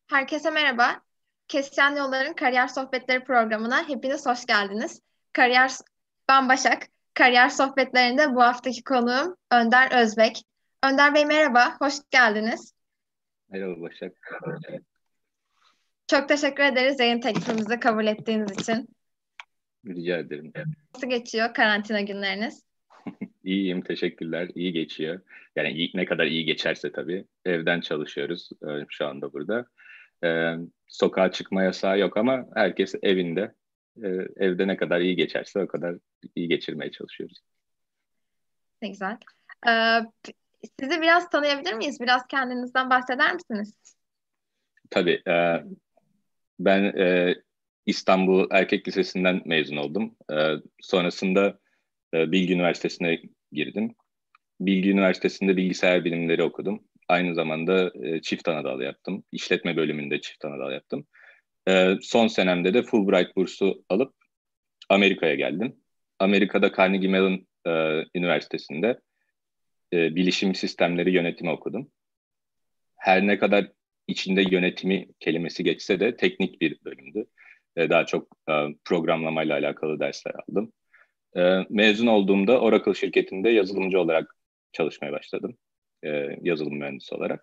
Herkese merhaba. Kesişen Yolların Kariyer Sohbetleri programına hepiniz hoş geldiniz. Kariyer, ben Başak. Kariyer Sohbetlerinde bu haftaki konuğum Önder Özbek. Önder Bey merhaba, hoş geldiniz. Merhaba Başak. Çok teşekkür ederiz yayın teklifimizi kabul ettiğiniz için. Rica ederim. Nasıl geçiyor karantina günleriniz? İyiyim, teşekkürler. İyi geçiyor. Yani ne kadar iyi geçerse tabii. Evden çalışıyoruz şu anda burada. Sokağa çıkma yasağı yok ama herkes evinde. Evde ne kadar iyi geçerse o kadar iyi geçirmeye çalışıyoruz. Ne güzel. Ee, Sizi biraz tanıyabilir miyiz? Biraz kendinizden bahseder misiniz? Tabii. Ben İstanbul Erkek Lisesi'nden mezun oldum. Sonrasında Bilgi Üniversitesi'ne girdim. Bilgi Üniversitesi'nde bilgisayar bilimleri okudum. Aynı zamanda çift anadal yaptım. İşletme bölümünde çift anadal yaptım. Son senemde de Fulbright bursu alıp Amerika'ya geldim. Amerika'da Carnegie Mellon Üniversitesi'nde bilişim sistemleri yönetimi okudum. Her ne kadar içinde yönetimi kelimesi geçse de teknik bir bölümdü. Daha çok programlamayla alakalı dersler aldım. Mezun olduğumda Oracle şirketinde yazılımcı olarak çalışmaya başladım. Yazılım mühendisi olarak.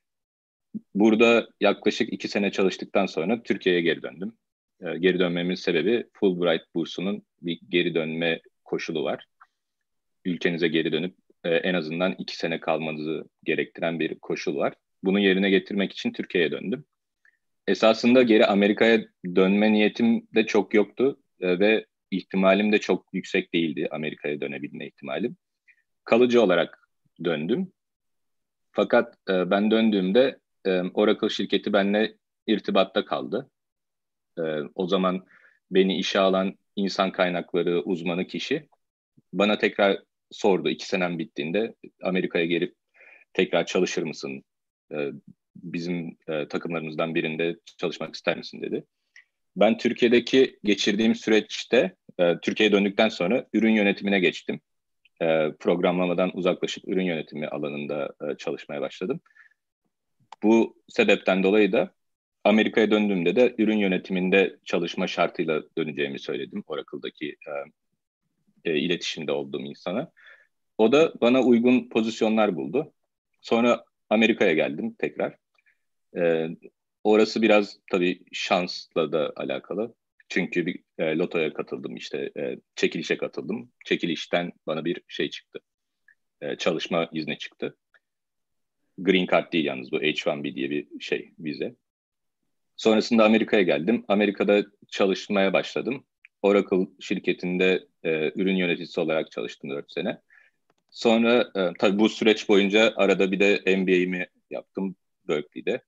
Burada yaklaşık 2 sene çalıştıktan sonra Türkiye'ye geri döndüm. Geri dönmemin sebebi Fulbright bursunun bir geri dönme koşulu var. Ülkenize geri dönüp en azından 2 sene kalmanızı gerektiren bir koşul var. Bunu yerine getirmek için Türkiye'ye döndüm. Esasında geri Amerika'ya dönme niyetim de çok yoktu ve ihtimalim de çok yüksek değildi Amerika'ya dönebilme ihtimalim. Kalıcı olarak döndüm. Fakat ben döndüğümde Oracle şirketi benimle irtibatta kaldı. O zaman beni işe alan insan kaynakları uzmanı kişi bana tekrar sordu 2 senem bittiğinde Amerika'ya gelip tekrar çalışır mısın? Bizim takımlarımızdan birinde çalışmak ister misin dedi. Ben Türkiye'deki geçirdiğim süreçte Türkiye'ye döndükten sonra ürün yönetimine geçtim. Programlamadan uzaklaşıp ürün yönetimi alanında çalışmaya başladım. Bu sebepten dolayı da Amerika'ya döndüğümde de ürün yönetiminde çalışma şartıyla döneceğimi söyledim Oracle'daki iletişimde olduğum insana. O da bana uygun pozisyonlar buldu. Sonra Amerika'ya geldim tekrar. E, Orası biraz tabii şansla da alakalı. Çünkü bir lotoya katıldım işte çekilişe katıldım. Çekilişten bana bir şey çıktı. Çalışma izni çıktı. Green Card değil yalnız bu H-1B diye bir şey vize. Sonrasında Amerika'ya geldim. Amerika'da çalışmaya başladım. Oracle şirketinde ürün yöneticisi olarak çalıştım 4 sene. Sonra tabii bu süreç boyunca arada bir de MBA'imi yaptım Berkeley'de.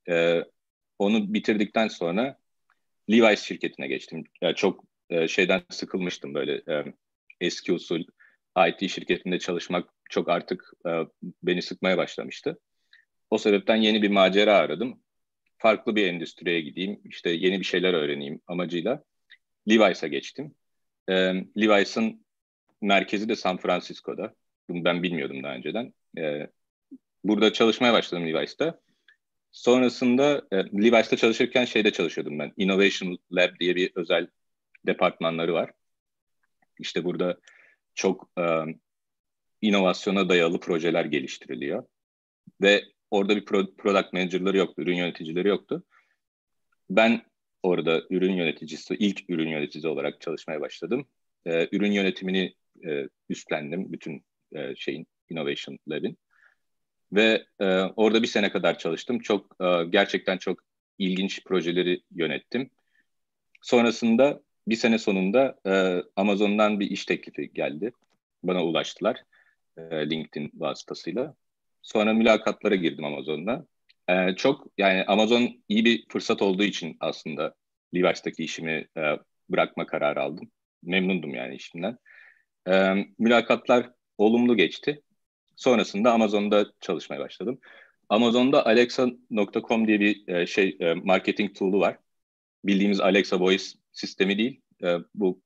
Onu bitirdikten sonra Levi's şirketine geçtim. Yani çok şeyden sıkılmıştım böyle eski usul IT şirketinde çalışmak çok artık beni sıkmaya başlamıştı. O sebepten yeni bir macera aradım. Farklı bir endüstriye gideyim, işte yeni bir şeyler öğreneyim amacıyla Levi's'a geçtim. Levi's'ın merkezi de San Francisco'da. Bunu ben bilmiyordum daha önceden. Burada çalışmaya başladım Levi's'ta. Sonrasında Levi's'ta çalışırken şeyde çalışıyordum ben. Innovation Lab diye bir özel departmanları var. İşte burada çok inovasyona dayalı projeler geliştiriliyor. Ve orada bir product manager'ları yoktu, ürün yöneticileri yoktu. Ben orada ürün yöneticisi, ilk ürün yöneticisi olarak çalışmaya başladım. Ürün yönetimini üstlendim, bütün şeyin, Innovation Lab'in. Ve orada 1 sene kadar çalıştım. Çok gerçekten çok ilginç projeleri yönettim. Sonrasında 1 sene sonunda Amazon'dan bir iş teklifi geldi. Bana ulaştılar LinkedIn vasıtasıyla. Sonra mülakatlara girdim Amazon'da. Çok yani Amazon iyi bir fırsat olduğu için aslında Levi's'taki işimi bırakma kararı aldım. Memnundum yani işimden. Mülakatlar olumlu geçti. Sonrasında Amazon'da çalışmaya başladım. Amazon'da Alexa.com diye bir marketing tool'u var. Bildiğimiz Alexa Voice sistemi değil. Bu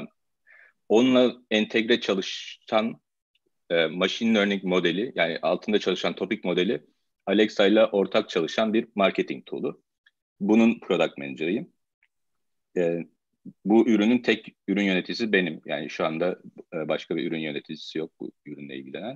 onunla entegre çalışan machine learning modeli, yani altında çalışan topik modeli Alexa ile ortak çalışan bir marketing tool'u. bunun product manager'ıyım. Bu ürünün tek ürün yöneticisi benim. Yani şu anda başka bir ürün yöneticisi yok bu ürünle ilgilenen.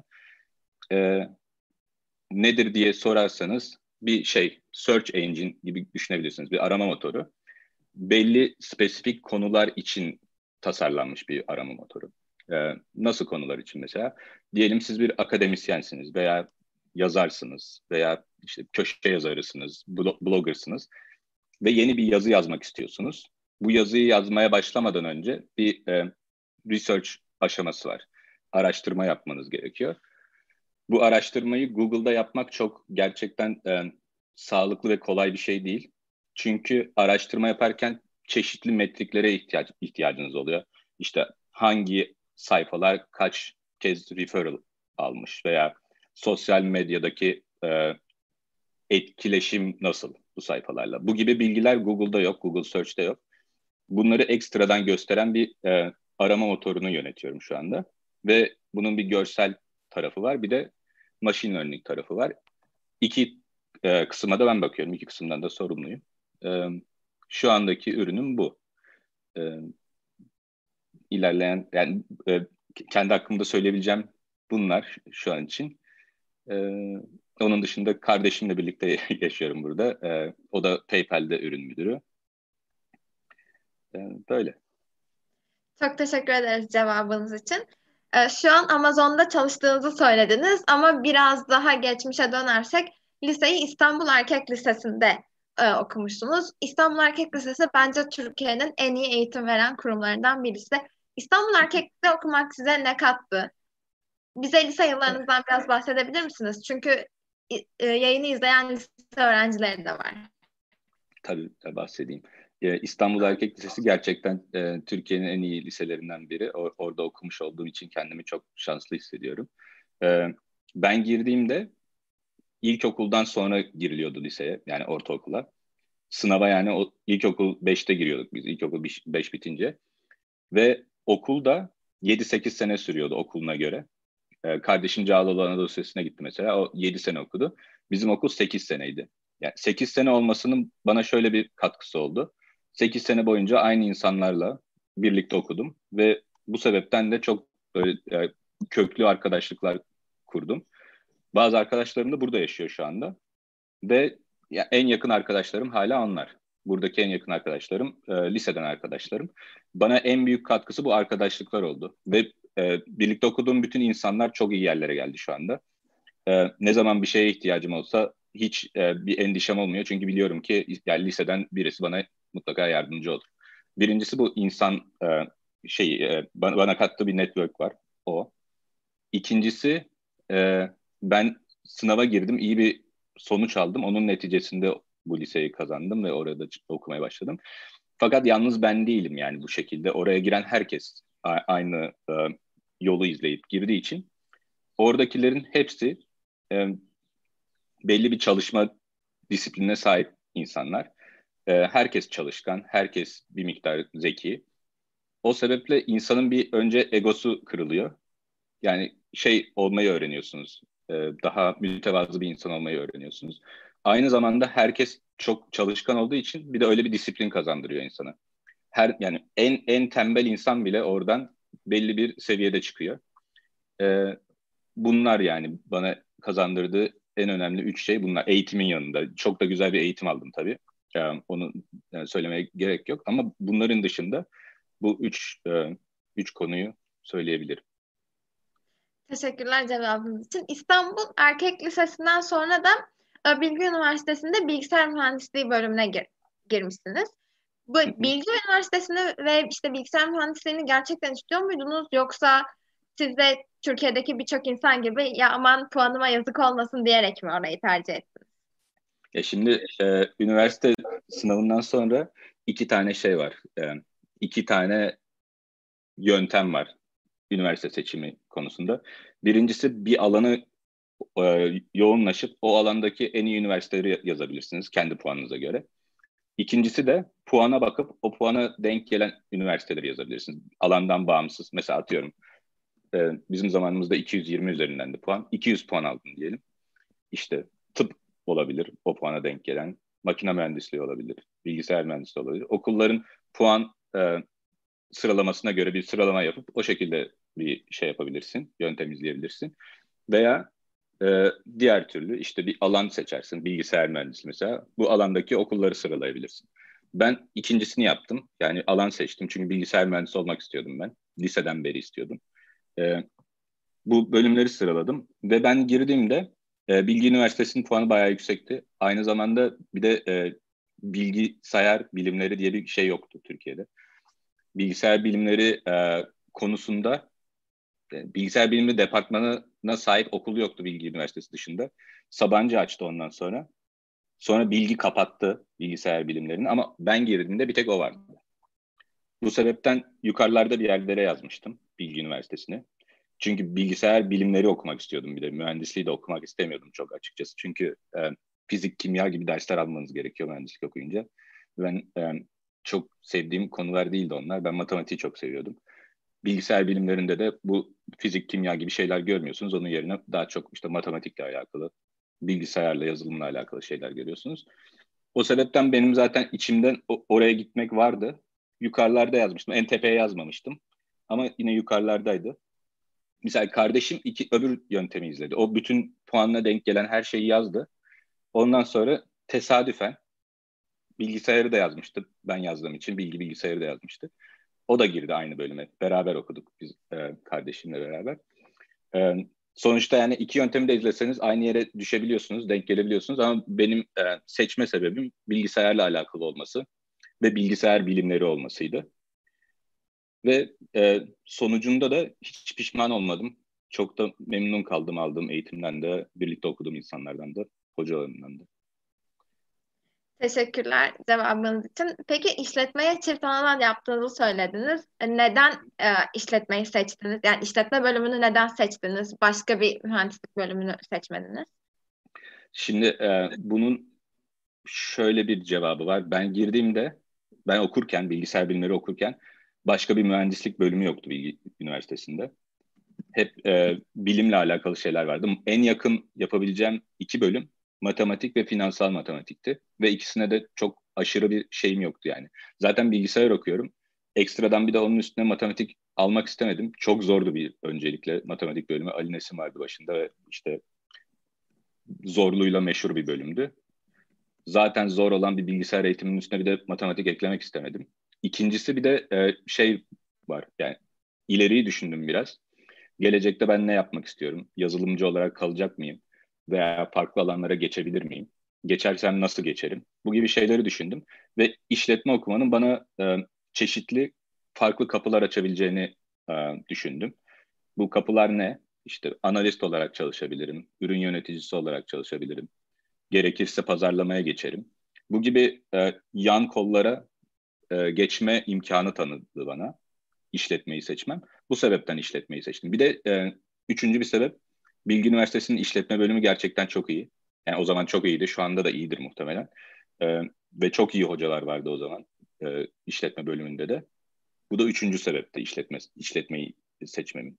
Nedir diye sorarsanız bir search engine gibi düşünebilirsiniz. Bir arama motoru. Belli spesifik konular için tasarlanmış bir arama motoru. Nasıl konular için mesela? Diyelim siz bir akademisyensiniz veya yazarsınız veya işte köşe yazarısınız, bloggersınız ve yeni bir yazı yazmak istiyorsunuz. Bu yazıyı yazmaya başlamadan önce bir research aşaması var. Araştırma yapmanız gerekiyor. Bu araştırmayı Google'da yapmak çok gerçekten sağlıklı ve kolay bir şey değil. Çünkü araştırma yaparken çeşitli metriklere ihtiyacınız oluyor. İşte hangi sayfalar kaç kez referral almış veya sosyal medyadaki etkileşim nasıl bu sayfalarla. Bu gibi bilgiler Google'da yok, Google Search'te yok. Bunları ekstradan gösteren bir arama motorunu yönetiyorum şu anda. Ve bunun bir görsel tarafı var, bir de machine learning tarafı var. İki kısma da ben bakıyorum. İki kısımdan da sorumluyum. Şu andaki ürünüm bu. İlerleyen, yani kendi hakkımda söyleyebileceğim bunlar şu an için. Onun dışında kardeşimle birlikte yaşıyorum burada. O da PayPal'de ürün müdürü. Böyle. Çok teşekkür ederiz cevabınız için. Şu an Amazon'da çalıştığınızı söylediniz ama biraz daha geçmişe dönersek liseyi İstanbul Erkek Lisesi'nde okumuşsunuz. İstanbul Erkek Lisesi bence Türkiye'nin en iyi eğitim veren kurumlarından birisi. İstanbul Erkek'te okumak size ne kattı? Bize lise yıllarınızdan biraz bahsedebilir misiniz? Çünkü yayını izleyen lise öğrencileri de var. Tabii bahsedeyim. İstanbul Erkek Lisesi gerçekten Türkiye'nin en iyi liselerinden biri. Orada okumuş olduğum için kendimi çok şanslı hissediyorum. Ben girdiğimde ilkokuldan sonra giriliyordu liseye, yani ortaokula. Sınava yani ilkokul 5'te giriyorduk biz, ilkokul 5 bitince. Ve okulda 7-8 sene sürüyordu okuluna göre. Kardeşim Cağaloğlu Anadolu Lisesi'ne gitti mesela, o 7 sene okudu. Bizim okul 8 seneydi. Yani 8 sene olmasının bana şöyle bir katkısı oldu. 8 sene boyunca aynı insanlarla birlikte okudum ve bu sebepten de çok böyle köklü arkadaşlıklar kurdum. Bazı arkadaşlarım da burada yaşıyor şu anda ve en yakın arkadaşlarım hala onlar. Buradaki en yakın arkadaşlarım, liseden arkadaşlarım. Bana en büyük katkısı bu arkadaşlıklar oldu ve birlikte okuduğum bütün insanlar çok iyi yerlere geldi şu anda. Ne zaman bir şeye ihtiyacım olsa hiç bir endişem olmuyor. Çünkü biliyorum ki yani liseden birisi bana mutlaka yardımcı olur. Birincisi bu insan bana kattığı bir network var. O. İkincisi ben sınava girdim. İyi bir sonuç aldım. Onun neticesinde bu liseyi kazandım ve orada okumaya başladım. Fakat yalnız ben değilim yani bu şekilde. Oraya giren herkes aynı yolu izleyip girdiği için oradakilerin hepsi belli bir çalışma disiplinine sahip insanlar. Herkes çalışkan, herkes bir miktar zeki. O sebeple insanın bir önce egosu kırılıyor. Yani olmayı öğreniyorsunuz. Daha mütevazı bir insan olmayı öğreniyorsunuz. Aynı zamanda herkes çok çalışkan olduğu için bir de öyle bir disiplin kazandırıyor insana. Yani en tembel insan bile oradan belli bir seviyede çıkıyor. Bunlar yani bana kazandırdığı en önemli 3 şey bunlar. Eğitimin yanında. Çok da güzel bir eğitim aldım tabii. Onu söylemeye gerek yok. Ama bunların dışında bu üç konuyu söyleyebilirim. Teşekkürler cevabınız için. İstanbul Erkek Lisesi'nden sonra da Bilgi Üniversitesi'nde bilgisayar mühendisliği bölümüne girmişsiniz. Bu Bilgi Üniversitesi'ni ve işte bilgisayar mühendisliğini gerçekten istiyor muydunuz? Yoksa siz de Türkiye'deki birçok insan gibi ya aman puanıma yazık olmasın diyerek mi orayı tercih ettiniz? Şimdi üniversite sınavından sonra 2 tane var. 2 tane yöntem var üniversite seçimi konusunda. Birincisi bir alanı yoğunlaşıp o alandaki en iyi üniversiteleri yazabilirsiniz kendi puanınıza göre. İkincisi de puana bakıp o puana denk gelen üniversiteleri yazabilirsiniz. Alandan bağımsız. Mesela atıyorum bizim zamanımızda 220 üzerinden de puan. 200 puan aldın diyelim. İşte tıp olabilir o puana denk gelen. makine mühendisliği olabilir, bilgisayar mühendisliği olabilir. Okulların puan sıralamasına göre bir sıralama yapıp o şekilde bir şey yapabilirsin, yöntem izleyebilirsin. Veya diğer türlü işte bir alan seçersin, bilgisayar mühendisliği mesela. Bu alandaki okulları sıralayabilirsin. Ben ikincisini yaptım. Yani alan seçtim çünkü bilgisayar mühendisi olmak istiyordum ben. Liseden beri istiyordum. Bu bölümleri sıraladım ve ben girdiğimde Bilgi Üniversitesi'nin puanı bayağı yüksekti. Aynı zamanda bir de bilgisayar bilimleri diye bir şey yoktu Türkiye'de. Bilgisayar bilimleri konusunda bilgisayar bilimi departmanına sahip okul yoktu Bilgi Üniversitesi dışında. Sabancı açtı ondan sonra. Sonra Bilgi kapattı bilgisayar bilimlerini ama ben girdiğimde bir tek o vardı. Bu sebepten yukarılarda bir yerlere yazmıştım Bilgi Üniversitesi'ne. Çünkü bilgisayar bilimleri okumak istiyordum bir de. Mühendisliği de okumak istemiyordum çok açıkçası. Çünkü fizik, kimya gibi dersler almanız gerekiyor mühendislik okuyunca. Ben çok sevdiğim konular değildi onlar. Ben matematiği çok seviyordum. Bilgisayar bilimlerinde de bu fizik, kimya gibi şeyler görmüyorsunuz. Onun yerine daha çok işte matematikle alakalı, bilgisayarla, yazılımla alakalı şeyler görüyorsunuz. O sebepten benim zaten içimden oraya gitmek vardı. Yukarılarda yazmıştım. En tepeye yazmamıştım. Ama yine yukarılardaydı. Mesela kardeşim öbür yöntemi izledi. O bütün puanına denk gelen her şeyi yazdı. Ondan sonra tesadüfen bilgisayarı da yazmıştı. Ben yazdığım için bilgisayarı da yazmıştı. O da girdi aynı bölüme. Beraber okuduk biz kardeşimle beraber. Sonuçta yani iki yöntemi de izleseniz aynı yere düşebiliyorsunuz, denk gelebiliyorsunuz. Ama benim seçme sebebim bilgisayarla alakalı olması ve bilgisayar bilimleri olmasıydı. Ve sonucunda da hiç pişman olmadım. Çok da memnun kaldım aldığım eğitimden de, birlikte okuduğum insanlardan da, hocalarımdan da. Teşekkürler cevabınız için. Peki işletmeye çift anadan yaptığınızı söylediniz. Neden işletmeyi seçtiniz? Yani işletme bölümünü neden seçtiniz? Başka bir mühendislik bölümünü seçmediniz. Şimdi bunun şöyle bir cevabı var. Ben okurken, bilgisayar bilimleri okurken başka bir mühendislik bölümü yoktu Bilgi Üniversitesi'nde. Hep bilimle alakalı şeyler vardı. En yakın yapabileceğim iki bölüm matematik ve finansal matematikti. Ve ikisine de çok aşırı bir şeyim yoktu yani. Zaten bilgisayar okuyorum. Ekstradan bir de onun üstüne matematik almak istemedim. Çok zordu bir öncelikle matematik bölümü. Ali Nesin vardı başında ve işte zorluğuyla meşhur bir bölümdü. Zaten zor olan bir bilgisayar eğitiminin üstüne bir de matematik eklemek istemedim. İkincisi bir de şey var yani ileriyi düşündüm biraz. Gelecekte ben ne yapmak istiyorum? Yazılımcı olarak kalacak mıyım? Veya farklı alanlara geçebilir miyim? Geçersem nasıl geçerim? Bu gibi şeyleri düşündüm. Ve işletme okumanın bana çeşitli farklı kapılar açabileceğini düşündüm. Bu kapılar ne? İşte analist olarak çalışabilirim, ürün yöneticisi olarak çalışabilirim. Gerekirse pazarlamaya geçerim. Bu gibi yan kollara geçme imkanı tanıdı bana işletmeyi seçmem. Bu sebepten işletmeyi seçtim. Bir de üçüncü bir sebep Bilgi Üniversitesi'nin işletme bölümü gerçekten çok iyi. Yani o zaman çok iyiydi. Şu anda da iyidir muhtemelen. Ve çok iyi hocalar vardı o zaman işletme bölümünde de. Bu da üçüncü sebepti işletmeyi seçmemin.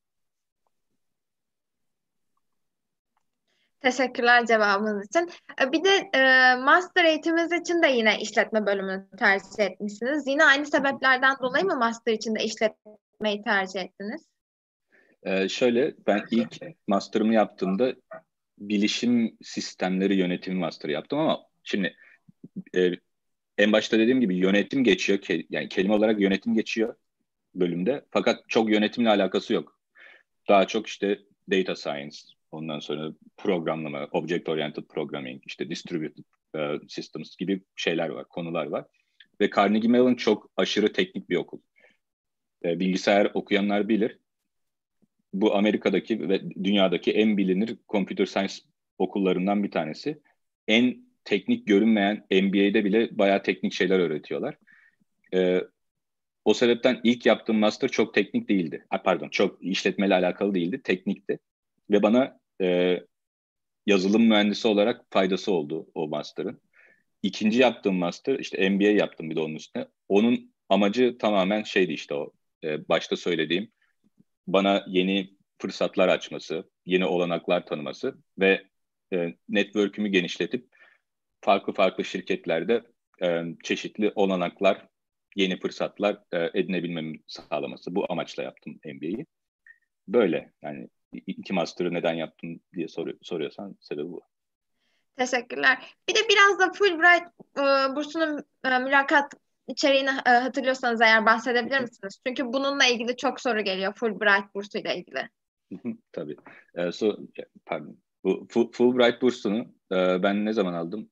Teşekkürler cevabınız için. Bir de master eğitiminiz için de yine işletme bölümünü tercih etmişsiniz. Yine aynı sebeplerden dolayı mı master için de işletmeyi tercih ettiniz? Şöyle ben ilk master'ımı yaptığımda bilişim sistemleri yönetimi master yaptım ama şimdi e, en başta dediğim gibi yönetim geçiyor. Yani kelime olarak yönetim geçiyor bölümde. Fakat çok yönetimle alakası yok. Daha çok işte data science, ondan sonra programlama, object oriented programming, işte distributed systems gibi şeyler var, konular var. Ve Carnegie Mellon çok aşırı teknik bir okul. Bilgisayar okuyanlar bilir. Bu Amerika'daki ve dünyadaki en bilinir computer science okullarından bir tanesi. En teknik görünmeyen MBA'de bile bayağı teknik şeyler öğretiyorlar. O sebepten ilk yaptığım master çok teknik değildi. Pardon, çok işletmeyle alakalı değildi, teknikti. Ve bana yazılım mühendisi olarak faydası oldu o master'ın. İkinci yaptığım master, işte MBA yaptım bir de onun üstüne. Onun amacı tamamen şeydi işte o başta söylediğim. Bana yeni fırsatlar açması, yeni olanaklar tanıması ve network'ümü genişletip farklı farklı şirketlerde çeşitli olanaklar, yeni fırsatlar edinebilmemi sağlaması. Bu amaçla yaptım MBA'yi. Böyle yani iki master'ı neden yaptım diye soruyorsan sebebi bu. Teşekkürler. Bir de biraz da Fulbright bursunun mülakat içeriğini hatırlıyorsanız eğer bahsedebilir misiniz? Çünkü bununla ilgili çok soru geliyor Fulbright bursuyla ilgili. Tabii. Pardon. Bu Fulbright bursunu ben ne zaman aldım?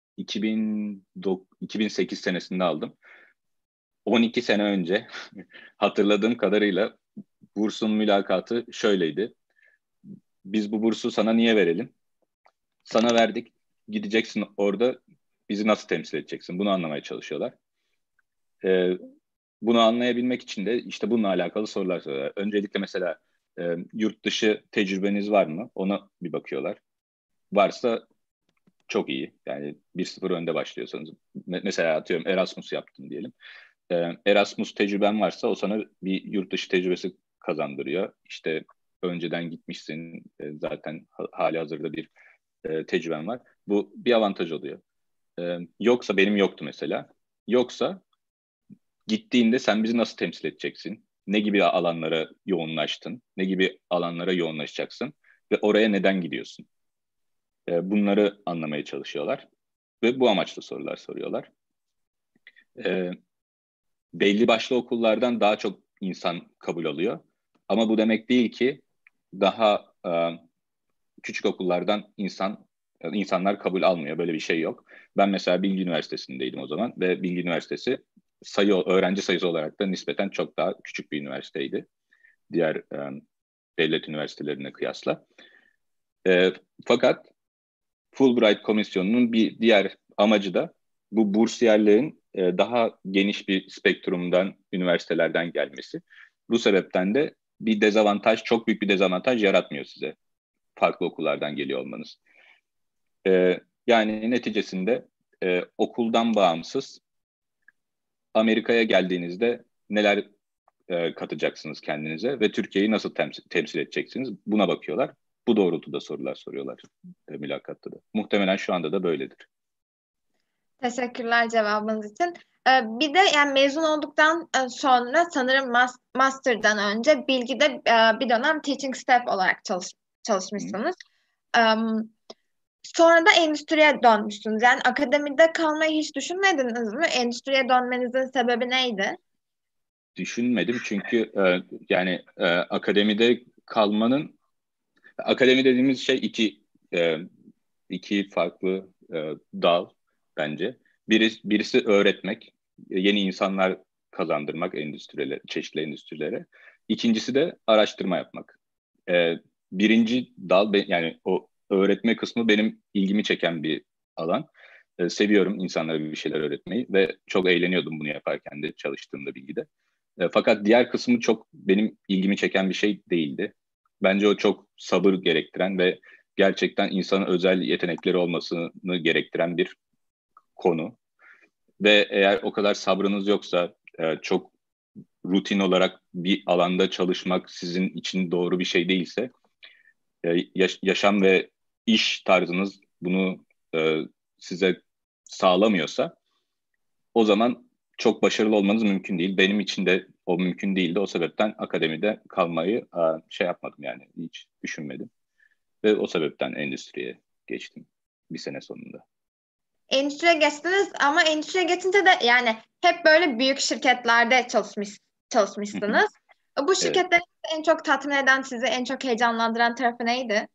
2008 senesinde aldım. 12 sene önce hatırladığım kadarıyla bursun mülakatı şöyleydi. Biz bu bursu sana niye verelim? Sana verdik. Gideceksin orada bizi nasıl temsil edeceksin? Bunu anlamaya çalışıyorlar. Ee, Bunu anlayabilmek için de işte bununla alakalı sorular soruyorlar. Öncelikle mesela yurt dışı tecrübeniz var mı? Ona bir bakıyorlar. Varsa çok iyi. Yani 1-0 önde başlıyorsanız. Mesela atıyorum Erasmus yaptım diyelim. Erasmus tecrüben varsa o sana bir yurt dışı tecrübesi kazandırıyor. İşte önceden gitmişsin, zaten hali hazırda bir tecrüben var. Bu bir avantaj oluyor. Yoksa benim yoktu mesela. Yoksa gittiğinde sen bizi nasıl temsil edeceksin? Ne gibi alanlara yoğunlaştın? Ne gibi alanlara yoğunlaşacaksın? Ve oraya neden gidiyorsun? Bunları anlamaya çalışıyorlar. Ve bu amaçla sorular soruyorlar. E, Belli başlı okullardan daha çok insan kabul alıyor. Ama bu demek değil ki daha küçük okullardan insanlar kabul almıyor. Böyle bir şey yok. Ben mesela Bilgi Üniversitesi'ndeydim o zaman ve Bilgi Üniversitesi öğrenci sayısı olarak da nispeten çok daha küçük bir üniversiteydi. Diğer devlet üniversitelerine kıyasla. Fakat Fulbright Komisyonu'nun bir diğer amacı da bu bursiyerlerin daha geniş bir spektrumdan üniversitelerden gelmesi. Bu sebepten de çok büyük bir dezavantaj yaratmıyor size farklı okullardan geliyor olmanız. Yani neticesinde okuldan bağımsız Amerika'ya geldiğinizde neler katacaksınız kendinize ve Türkiye'yi nasıl temsil edeceksiniz? Buna bakıyorlar. Bu doğrultuda sorular soruyorlar mülakatta da. Muhtemelen şu anda da böyledir. Teşekkürler cevabınız için. Bir de yani mezun olduktan sonra sanırım master'dan önce Bilgi'de bir dönem teaching staff olarak çalışmışsınız. Sonra da endüstriye dönmüşsünüz. Yani akademide kalmayı hiç düşünmediniz mi? Endüstriye dönmenizin sebebi neydi? Düşünmedim çünkü yani akademide kalmanın akademi dediğimiz şey iki farklı dal bence. Birisi öğretmek, yeni insanlar kazandırmak çeşitli endüstrilere. İkincisi de araştırma yapmak. E, Birinci dal yani o öğretme kısmı benim ilgimi çeken bir alan. Seviyorum insanlara bir şeyler öğretmeyi ve çok eğleniyordum bunu yaparken de çalıştığımda Bilgi'de. Fakat diğer kısmı çok benim ilgimi çeken bir şey değildi. Bence o çok sabır gerektiren ve gerçekten insanın özel yetenekleri olmasını gerektiren bir konu. Ve eğer o kadar sabrınız yoksa çok rutin olarak bir alanda çalışmak sizin için doğru bir şey değilse yaşam ve iş tarzınız bunu size sağlamıyorsa o zaman çok başarılı olmanız mümkün değil. Benim için de o mümkün değildi. O sebepten akademide kalmayı şey yapmadım yani hiç düşünmedim. Ve o sebepten endüstriye geçtim bir sene sonunda. Endüstriye geçtiniz ama endüstriye geçince de yani hep böyle büyük şirketlerde çalışmışsınız. Bu Evet. şirketlerin en çok tatmin eden, sizi en çok heyecanlandıran tarafı neydi?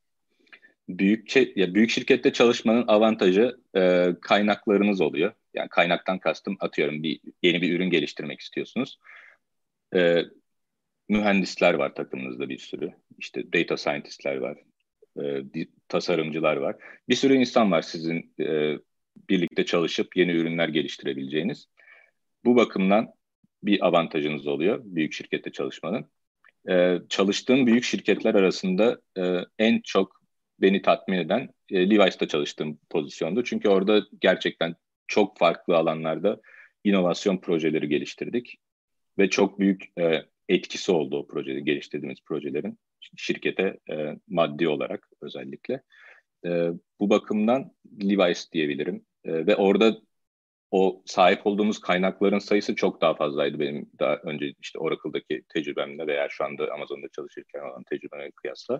Büyük şirkette çalışmanın avantajı kaynaklarınız oluyor. Yani kaynaktan kastım atıyorum yeni bir ürün geliştirmek istiyorsunuz. E, Mühendisler var takımınızda bir sürü. İşte data scientistler var, tasarımcılar var. Bir sürü insan var sizin birlikte çalışıp yeni ürünler geliştirebileceğiniz. Bu bakımdan bir avantajınız oluyor büyük şirkette çalışmanın. Çalıştığım büyük şirketler arasında en çok beni tatmin eden Levi's'ta çalıştığım pozisyondu. Çünkü orada gerçekten çok farklı alanlarda inovasyon projeleri geliştirdik ve çok büyük etkisi oldu o geliştirdiğimiz projelerin şirkete maddi olarak özellikle. Bu bakımdan Levi's diyebilirim. Ve orada o sahip olduğumuz kaynakların sayısı çok daha fazlaydı benim daha önce işte Oracle'daki tecrübemle veya şu anda Amazon'da çalışırken olan tecrübeme kıyasla.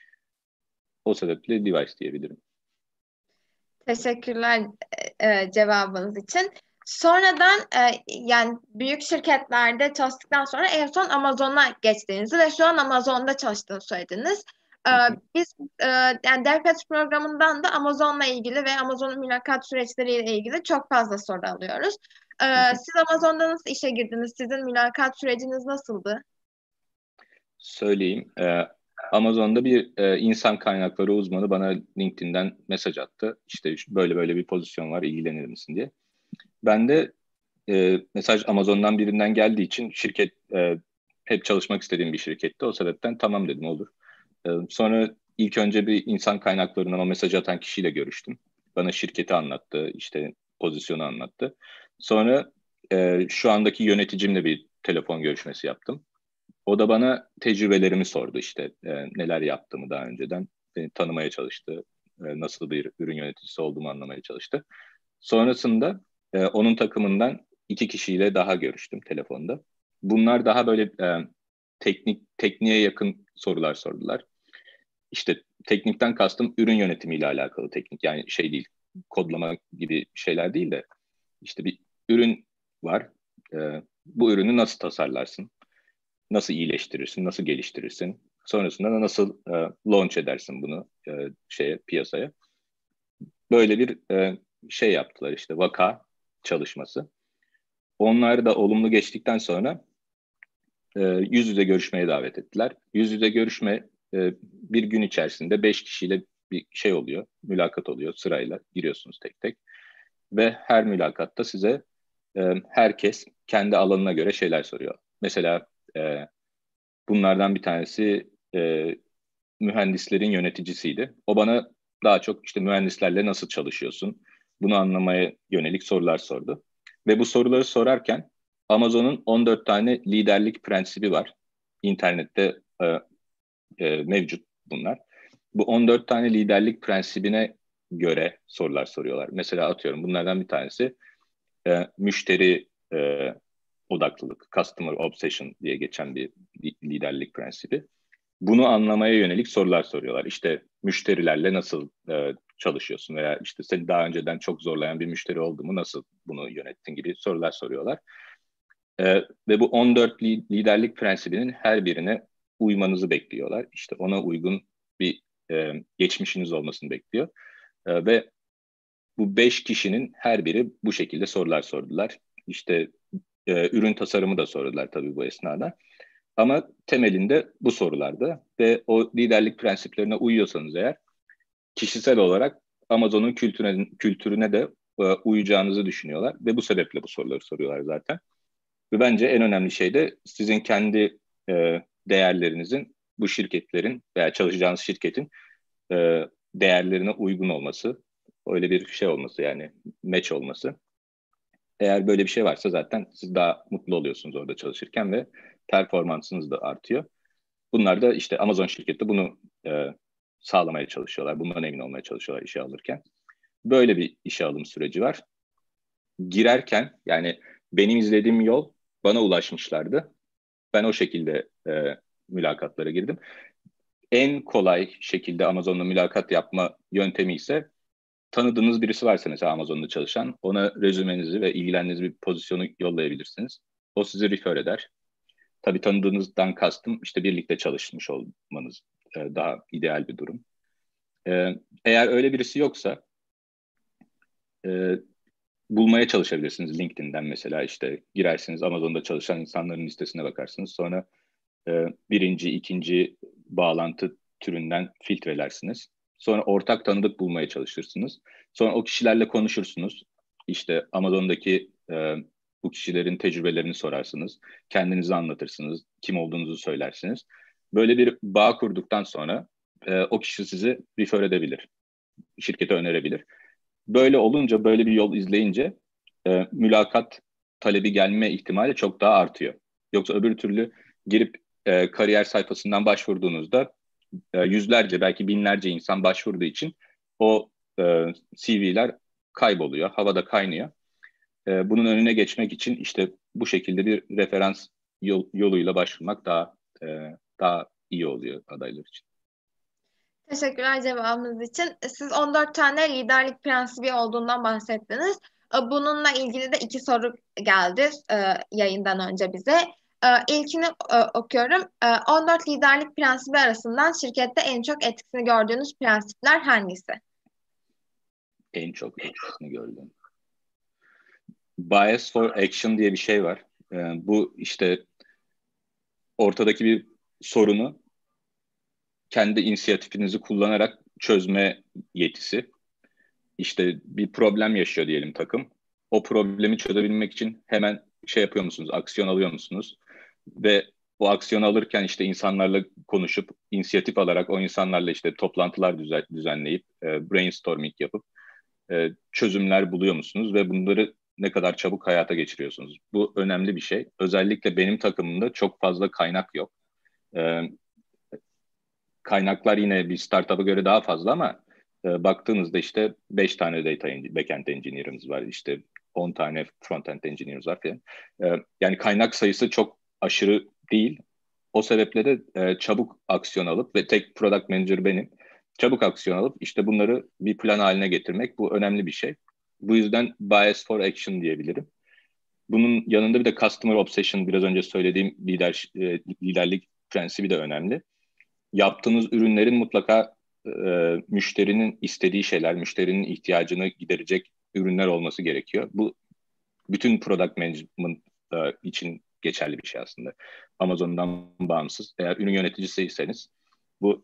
O sebeple Levi's diyebilirim. Teşekkürler cevabınız için. Sonradan yani büyük şirketlerde çalıştıktan sonra en son Amazon'a geçtiğinizi ve şu an Amazon'da çalıştığını söylediniz. Biz yani Devkatch programından da Amazon'la ilgili ve Amazon'un mülakat süreçleriyle ilgili çok fazla soru alıyoruz. Siz Amazon'da nasıl işe girdiniz? Sizin mülakat süreciniz nasıldı? Söyleyeyim. Amazon'da bir insan kaynakları uzmanı bana LinkedIn'den mesaj attı. İşte böyle böyle bir pozisyon var, ilgilenir misin diye. Ben de mesaj Amazon'dan birinden geldiği için şirket hep çalışmak istediğim bir şirketti. O sebepten tamam dedim, olur. Sonra ilk önce bir insan kaynaklarından o mesajı atan kişiyle görüştüm. Bana şirketi anlattı, işte pozisyonu anlattı. Sonra şu andaki yöneticimle bir telefon görüşmesi yaptım. O da bana tecrübelerimi sordu, işte neler yaptığımı daha önceden. Beni tanımaya çalıştı. Nasıl bir ürün yöneticisi olduğumu anlamaya çalıştı. Sonrasında onun takımından 2 kişiyle daha görüştüm telefonda. Bunlar daha böyle tekniğe yakın sorular sordular. İşte teknikten kastım ürün yönetimiyle alakalı teknik. Yani şey değil, kodlama gibi şeyler değil de işte bir ürün var. Bu ürünü nasıl tasarlarsın? Nasıl iyileştirirsin? Nasıl geliştirirsin? Sonrasında da nasıl launch edersin bunu piyasaya? Böyle bir şey yaptılar, işte vaka çalışması. Onlar da olumlu geçtikten sonra yüz yüze görüşmeye davet ettiler. Yüz yüze görüşme bir gün içerisinde 5 kişiyle bir şey oluyor, mülakat oluyor, sırayla giriyorsunuz tek tek. Ve her mülakatta size herkes kendi alanına göre şeyler soruyor. Mesela bunlardan bir tanesi mühendislerin yöneticisiydi. O bana daha çok işte mühendislerle nasıl çalışıyorsun, bunu anlamaya yönelik sorular sordu. Ve bu soruları sorarken Amazon'un 14 tane liderlik prensibi var. İnternette mevcut bunlar. Bu 14 tane liderlik prensibine göre sorular soruyorlar. Mesela atıyorum bunlardan bir tanesi müşteri odaklılık, customer obsession diye geçen bir liderlik prensibi. Bunu anlamaya yönelik sorular soruyorlar. İşte müşterilerle nasıl çalışıyorsun veya işte seni daha önceden çok zorlayan bir müşteri oldu mu, nasıl bunu yönettin gibi sorular soruyorlar. Ve bu 14 liderlik prensibinin her birine uymanızı bekliyorlar. İşte ona uygun bir geçmişiniz olmasını bekliyor. Ve bu 5 kişinin her biri bu şekilde sorular sordular. İşte ürün tasarımı da sordular tabii bu esnada. Ama temelinde bu sorularda ve o liderlik prensiplerine uyuyorsanız eğer kişisel olarak Amazon'un kültürüne de uyacağınızı düşünüyorlar ve bu sebeple bu soruları soruyorlar zaten. Ve bence en önemli şey de sizin kendi değerlerinizin bu şirketlerin veya çalışacağınız şirketin değerlerine uygun olması, öyle bir şey olması, yani match olması. Eğer böyle bir şey varsa zaten siz daha mutlu oluyorsunuz orada çalışırken ve performansınız da artıyor. Bunlar da işte Amazon şirketi bunu sağlamaya çalışıyorlar. Bundan emin olmaya çalışıyorlar işe alırken. Böyle bir işe alım süreci var. Girerken yani benim izlediğim yol, bana ulaşmışlardı. Ben o şekilde mülakatlara girdim. En kolay şekilde Amazon'la mülakat yapma yöntemi ise tanıdığınız birisi varsa mesela Amazon'da çalışan, ona rezümenizi ve ilgilendiğiniz bir pozisyonu yollayabilirsiniz. O sizi refer eder. Tabii tanıdığınızdan kastım işte birlikte çalışmış olmanız daha ideal bir durum. Eğer öyle birisi yoksa bulmaya çalışabilirsiniz LinkedIn'den mesela, işte girersiniz Amazon'da çalışan insanların listesine bakarsınız. Sonra birinci, ikinci bağlantı türünden filtrelersiniz. Sonra ortak tanıdık bulmaya çalışırsınız. Sonra o kişilerle konuşursunuz. İşte Amazon'daki bu kişilerin tecrübelerini sorarsınız. Kendinizi anlatırsınız. Kim olduğunuzu söylersiniz. Böyle bir bağ kurduktan sonra o kişi sizi refer edebilir. Şirkete önerebilir. Böyle olunca, böyle bir yol izleyince mülakat talebi gelme ihtimali çok daha artıyor. Yoksa öbür türlü girip kariyer sayfasından başvurduğunuzda yüzlerce belki binlerce insan başvurduğu için o CV'ler kayboluyor, havada kaynıyor. Bunun önüne geçmek için işte bu şekilde bir referans yoluyla başvurmak daha iyi oluyor adaylar için. Teşekkürler cevabınız için. Siz 14 tane liderlik prensibi olduğundan bahsettiniz. Bununla ilgili de 2 soru geldi yayından önce bize. İlkini okuyorum. 14 liderlik prensibi arasından şirkette en çok etkisini gördüğünüz prensipler hangisi? En çok etkisini gördüğüm. Bias for action diye bir şey var. Bu işte ortadaki bir sorunu kendi inisiyatifinizi kullanarak çözme yetisi. İşte bir problem yaşıyor diyelim takım. O problemi çözebilmek için hemen şey yapıyor musunuz, aksiyon alıyor musunuz? Ve bu aksiyonu alırken işte insanlarla konuşup, inisiyatif alarak o insanlarla işte toplantılar düzenleyip, brainstorming yapıp çözümler buluyor musunuz? Ve bunları ne kadar çabuk hayata geçiriyorsunuz? Bu önemli bir şey. Özellikle benim takımımda çok fazla kaynak yok. Kaynaklar yine bir startup'a göre daha fazla ama baktığınızda işte 5 tane backend engineer'ımız var. İşte 10 tane frontend engineer'ımız var falan. Yani kaynak sayısı çok aşırı değil. O sebeple de çabuk aksiyon alıp ve tek product manager benim. Çabuk aksiyon alıp işte bunları bir plan haline getirmek bu önemli bir şey. Bu yüzden bias for action diyebilirim. Bunun yanında bir de customer obsession, biraz önce söylediğim liderlik prensibi de önemli. Yaptığınız ürünlerin mutlaka müşterinin istediği şeyler, müşterinin ihtiyacını giderecek ürünler olması gerekiyor. Bu bütün product management için geçerli bir şey aslında. Amazon'dan bağımsız. Eğer ürün yöneticisiyseniz bu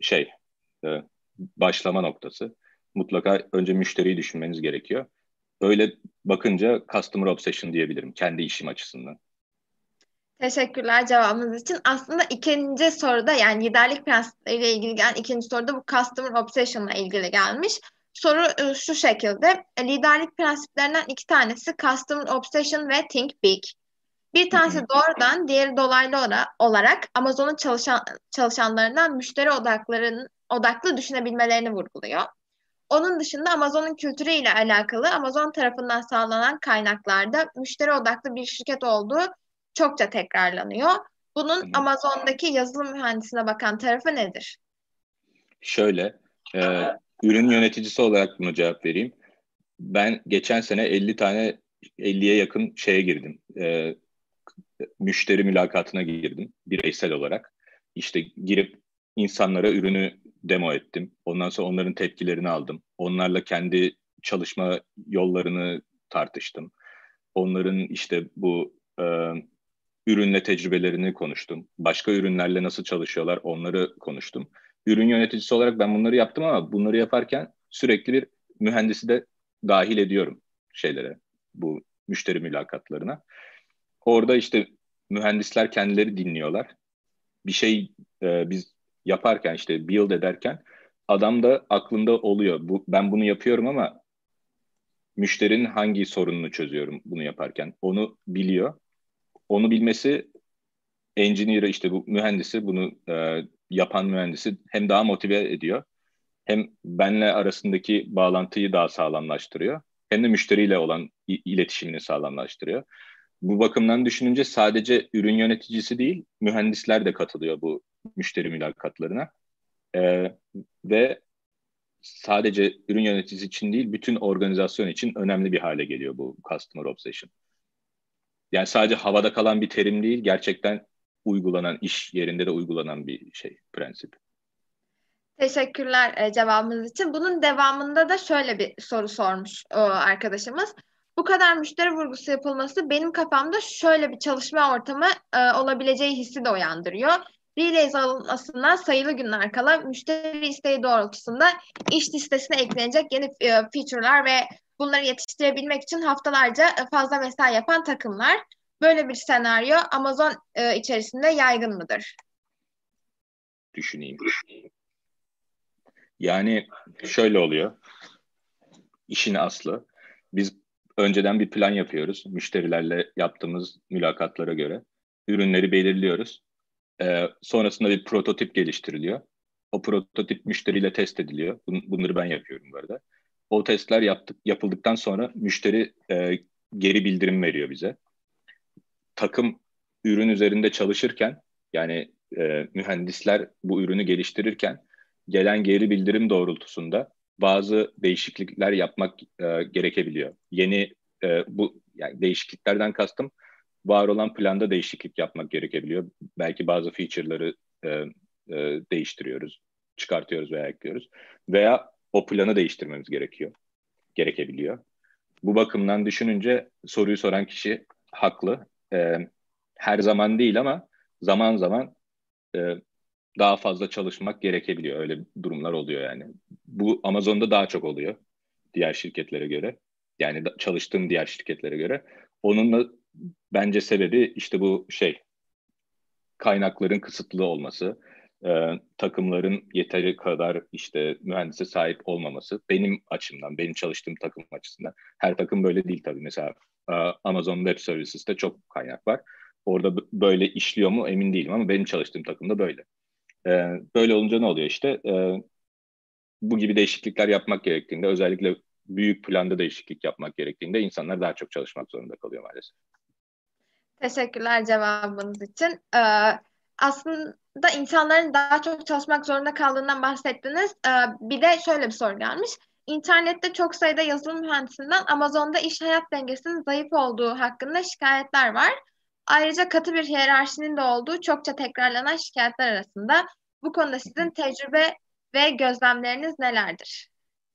başlama noktası. Mutlaka önce müşteriyi düşünmeniz gerekiyor. Öyle bakınca customer obsession diyebilirim kendi işim açısından. Teşekkürler cevabınız için. Aslında ikinci soruda, yani liderlik prensipleriyle ilgili gelen ikinci soruda bu Customer Obsession'la ilgili gelmiş. Soru şu şekilde. Liderlik prensiplerinden 2 tanesi Customer Obsession ve Think Big. Bir tanesi doğrudan, diğeri dolaylı olarak Amazon'un çalışanlarından müşteri odaklı düşünebilmelerini vurguluyor. Onun dışında Amazon'un kültürü ile alakalı Amazon tarafından sağlanan kaynaklarda müşteri odaklı bir şirket olduğu çokça tekrarlanıyor. Bunun Amazon'daki yazılım mühendisine bakan tarafı nedir? Şöyle, ürün yöneticisi olarak buna cevap vereyim. Ben geçen sene 50'ye yakın şeye girdim. Müşteri mülakatına girdim bireysel olarak. İşte girip insanlara ürünü demo ettim. Ondan sonra onların tepkilerini aldım. Onlarla kendi çalışma yollarını tartıştım. Onların işte bu ürünle tecrübelerini konuştum. Başka ürünlerle nasıl çalışıyorlar onları konuştum. Ürün yöneticisi olarak ben bunları yaptım ama bunları yaparken sürekli bir mühendisi de dahil ediyorum bu müşteri mülakatlarına. Orada işte mühendisler kendileri dinliyorlar. Bir şey biz yaparken işte build ederken adam da aklında oluyor. Ben bunu yapıyorum ama müşterinin hangi sorununu çözüyorum bunu yaparken. Onu biliyor. Onu bilmesi engineer'ı, işte bu mühendisi, bunu yapan mühendisi hem daha motive ediyor, hem benle arasındaki bağlantıyı daha sağlamlaştırıyor, hem de müşteriyle olan iletişimini sağlamlaştırıyor. Bu bakımdan düşününce sadece ürün yöneticisi değil, mühendisler de katılıyor bu müşteri mülakatlarına. Ve sadece ürün yöneticisi için değil, bütün organizasyon için önemli bir hale geliyor bu Customer Obsession. Yani sadece havada kalan bir terim değil, gerçekten uygulanan, iş yerinde de uygulanan bir prensip. Teşekkürler cevabınız için. Bunun devamında da şöyle bir soru sormuş o arkadaşımız. Bu kadar müşteri vurgusu yapılması benim kafamda şöyle bir çalışma ortamı olabileceği hissi de uyandırıyor. Release alınmasına sayılı günler kala müşteri isteği doğrultusunda iş listesine eklenecek yeni feature'lar ve bunları yetiştirebilmek için haftalarca fazla mesai yapan takımlar. Böyle bir senaryo Amazon içerisinde yaygın mıdır? Düşüneyim. Yani şöyle oluyor. İşin aslı. Biz önceden bir plan yapıyoruz. Müşterilerle yaptığımız mülakatlara göre. Ürünleri belirliyoruz. Sonrasında bir prototip geliştiriliyor. O prototip müşteriyle test ediliyor. Bunları ben yapıyorum bu arada. O testler yapıldıktan sonra müşteri geri bildirim veriyor bize. Takım ürün üzerinde çalışırken, yani mühendisler bu ürünü geliştirirken gelen geri bildirim doğrultusunda bazı değişiklikler yapmak gerekebiliyor. Bu yani değişikliklerden kastım, var olan planda değişiklik yapmak gerekebiliyor. Belki bazı feature'ları e, değiştiriyoruz, çıkartıyoruz veya ekliyoruz. Veya o planı değiştirmemiz gerekebiliyor. Bu bakımdan düşününce soruyu soran kişi haklı. Her zaman değil ama zaman zaman e, daha fazla çalışmak gerekebiliyor. Öyle durumlar oluyor yani. Bu Amazon'da daha çok oluyor diğer şirketlere göre. Yani çalıştığım diğer şirketlere göre. Onunla bence sebebi işte bu kaynakların kısıtlı olması, takımların yeteri kadar işte mühendise sahip olmaması. Benim açımdan, benim çalıştığım takım açısından. Her takım böyle değil tabii. Mesela Amazon Web Services'te çok kaynak var. Orada böyle işliyor mu emin değilim ama benim çalıştığım takımda böyle. Böyle olunca ne oluyor işte? Bu gibi değişiklikler yapmak gerektiğinde, özellikle büyük planda değişiklik yapmak gerektiğinde insanlar daha çok çalışmak zorunda kalıyor maalesef. Teşekkürler cevabınız için. Aslında insanların daha çok çalışmak zorunda kaldığından bahsettiniz. Bir de şöyle bir soru gelmiş. İnternette çok sayıda yazılım mühendisinden Amazon'da iş hayat dengesinin zayıf olduğu hakkında şikayetler var. Ayrıca katı bir hiyerarşinin de olduğu çokça tekrarlanan şikayetler arasında. Bu konuda sizin tecrübe ve gözlemleriniz nelerdir?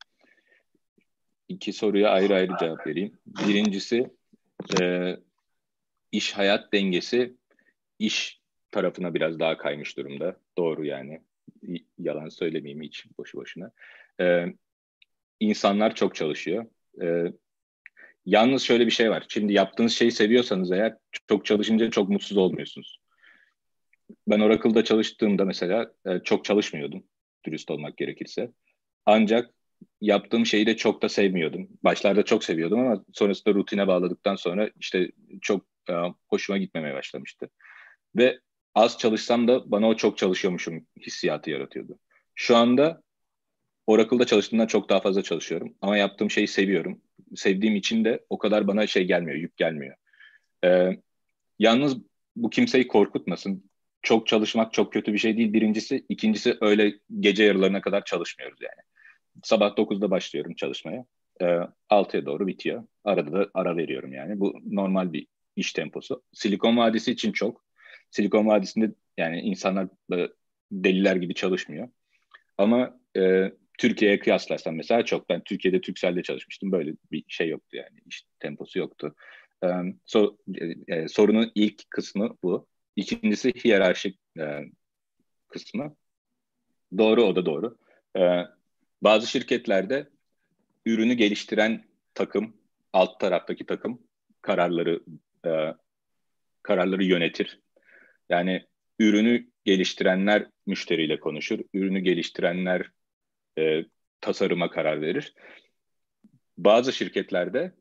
İki soruya ayrı ayrı cevap vereyim. Birincisi, e, iş hayat dengesi iş tarafına biraz daha kaymış durumda. Doğru yani. Yalan söylemeyeyim hiç boşu boşuna. Ee, insanlar çok çalışıyor. Ee, yalnız şöyle bir şey var. Şimdi yaptığınız şeyi seviyorsanız eğer, çok çalışınca çok mutsuz olmuyorsunuz. Ben Oracle'da çalıştığımda mesela çok çalışmıyordum, dürüst olmak gerekirse. Ancak yaptığım şeyi de çok da sevmiyordum. Başlarda çok seviyordum ama sonrasında rutine bağladıktan sonra işte çok hoşuma gitmemeye başlamıştı. Ve az çalışsam da bana o çok çalışıyormuşum hissiyatı yaratıyordu. Şu anda Oracle'da çalıştığımdan çok daha fazla çalışıyorum. Ama yaptığım şeyi seviyorum. Sevdiğim için de o kadar bana gelmiyor, yük gelmiyor. Ee, yalnız bu kimseyi korkutmasın. Çok çalışmak çok kötü bir şey değil birincisi. İkincisi, öyle gece yarılarına kadar çalışmıyoruz yani. Sabah 9'da başlıyorum çalışmaya. 6'ya doğru bitiyor. Arada da ara veriyorum yani. Bu normal bir iş temposu. Silikon Vadisi için çok. Silikon Vadisi'nde yani insanlar deliler gibi çalışmıyor. Ama Türkiye'ye kıyaslarsan mesela çok. Ben Türkiye'de Turkcell'de çalışmıştım. Böyle bir şey yoktu yani. İş temposu yoktu. E, sorunun ilk kısmı bu. İkincisi hiyerarşik kısmı. Doğru, o da doğru. E, bazı şirketlerde ürünü geliştiren takım, alt taraftaki takım kararları e, kararları yönetir. Yani ürünü geliştirenler müşteriyle konuşur. Ürünü geliştirenler e, tasarıma karar verir. Bazı şirketlerde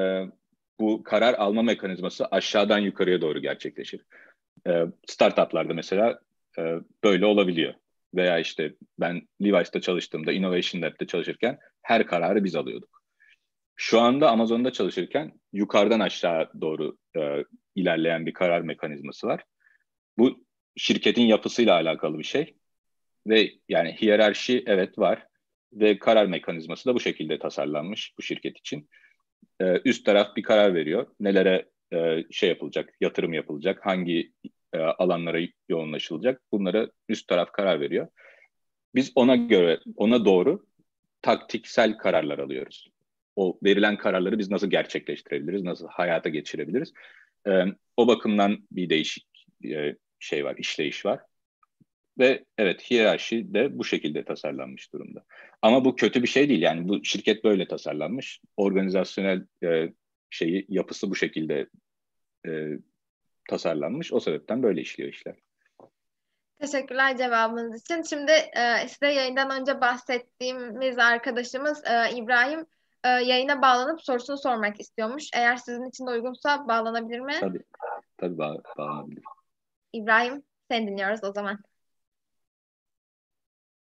bu karar alma mekanizması aşağıdan yukarıya doğru gerçekleşir. Startuplarda mesela böyle olabiliyor. Veya işte ben Levi's'ta çalıştığımda, Innovation Lab'de çalışırken her kararı biz alıyorduk. Şu anda Amazon'da çalışırken yukarıdan aşağı doğru ilerleyen bir karar mekanizması var. Bu şirketin yapısıyla alakalı bir şey ve yani hiyerarşi evet var ve karar mekanizması da bu şekilde tasarlanmış bu şirket için. Üst taraf bir karar veriyor. Nelere yapılacak, yatırım yapılacak, hangi alanlara yoğunlaşılacak. Bunlara üst taraf karar veriyor. Biz ona göre, ona doğru taktiksel kararlar alıyoruz. O verilen kararları biz nasıl gerçekleştirebiliriz, nasıl hayata geçirebiliriz? O bakımdan bir değişik var, işleyiş var. Ve evet, hiyerarşi de bu şekilde tasarlanmış durumda. Ama bu kötü bir şey değil yani, bu şirket böyle tasarlanmış. Organizasyonel yapısı bu şekilde e, tasarlanmış. O sebepten böyle işliyor işler. Teşekkürler cevabınız için. Şimdi size yayından önce bahsettiğimiz arkadaşımız İbrahim yayına bağlanıp sorusunu sormak istiyormuş. Eğer sizin için de uygunsa bağlanabilir mi? Tabii, tabii bağlanabilir. İbrahim, seni dinliyoruz o zaman.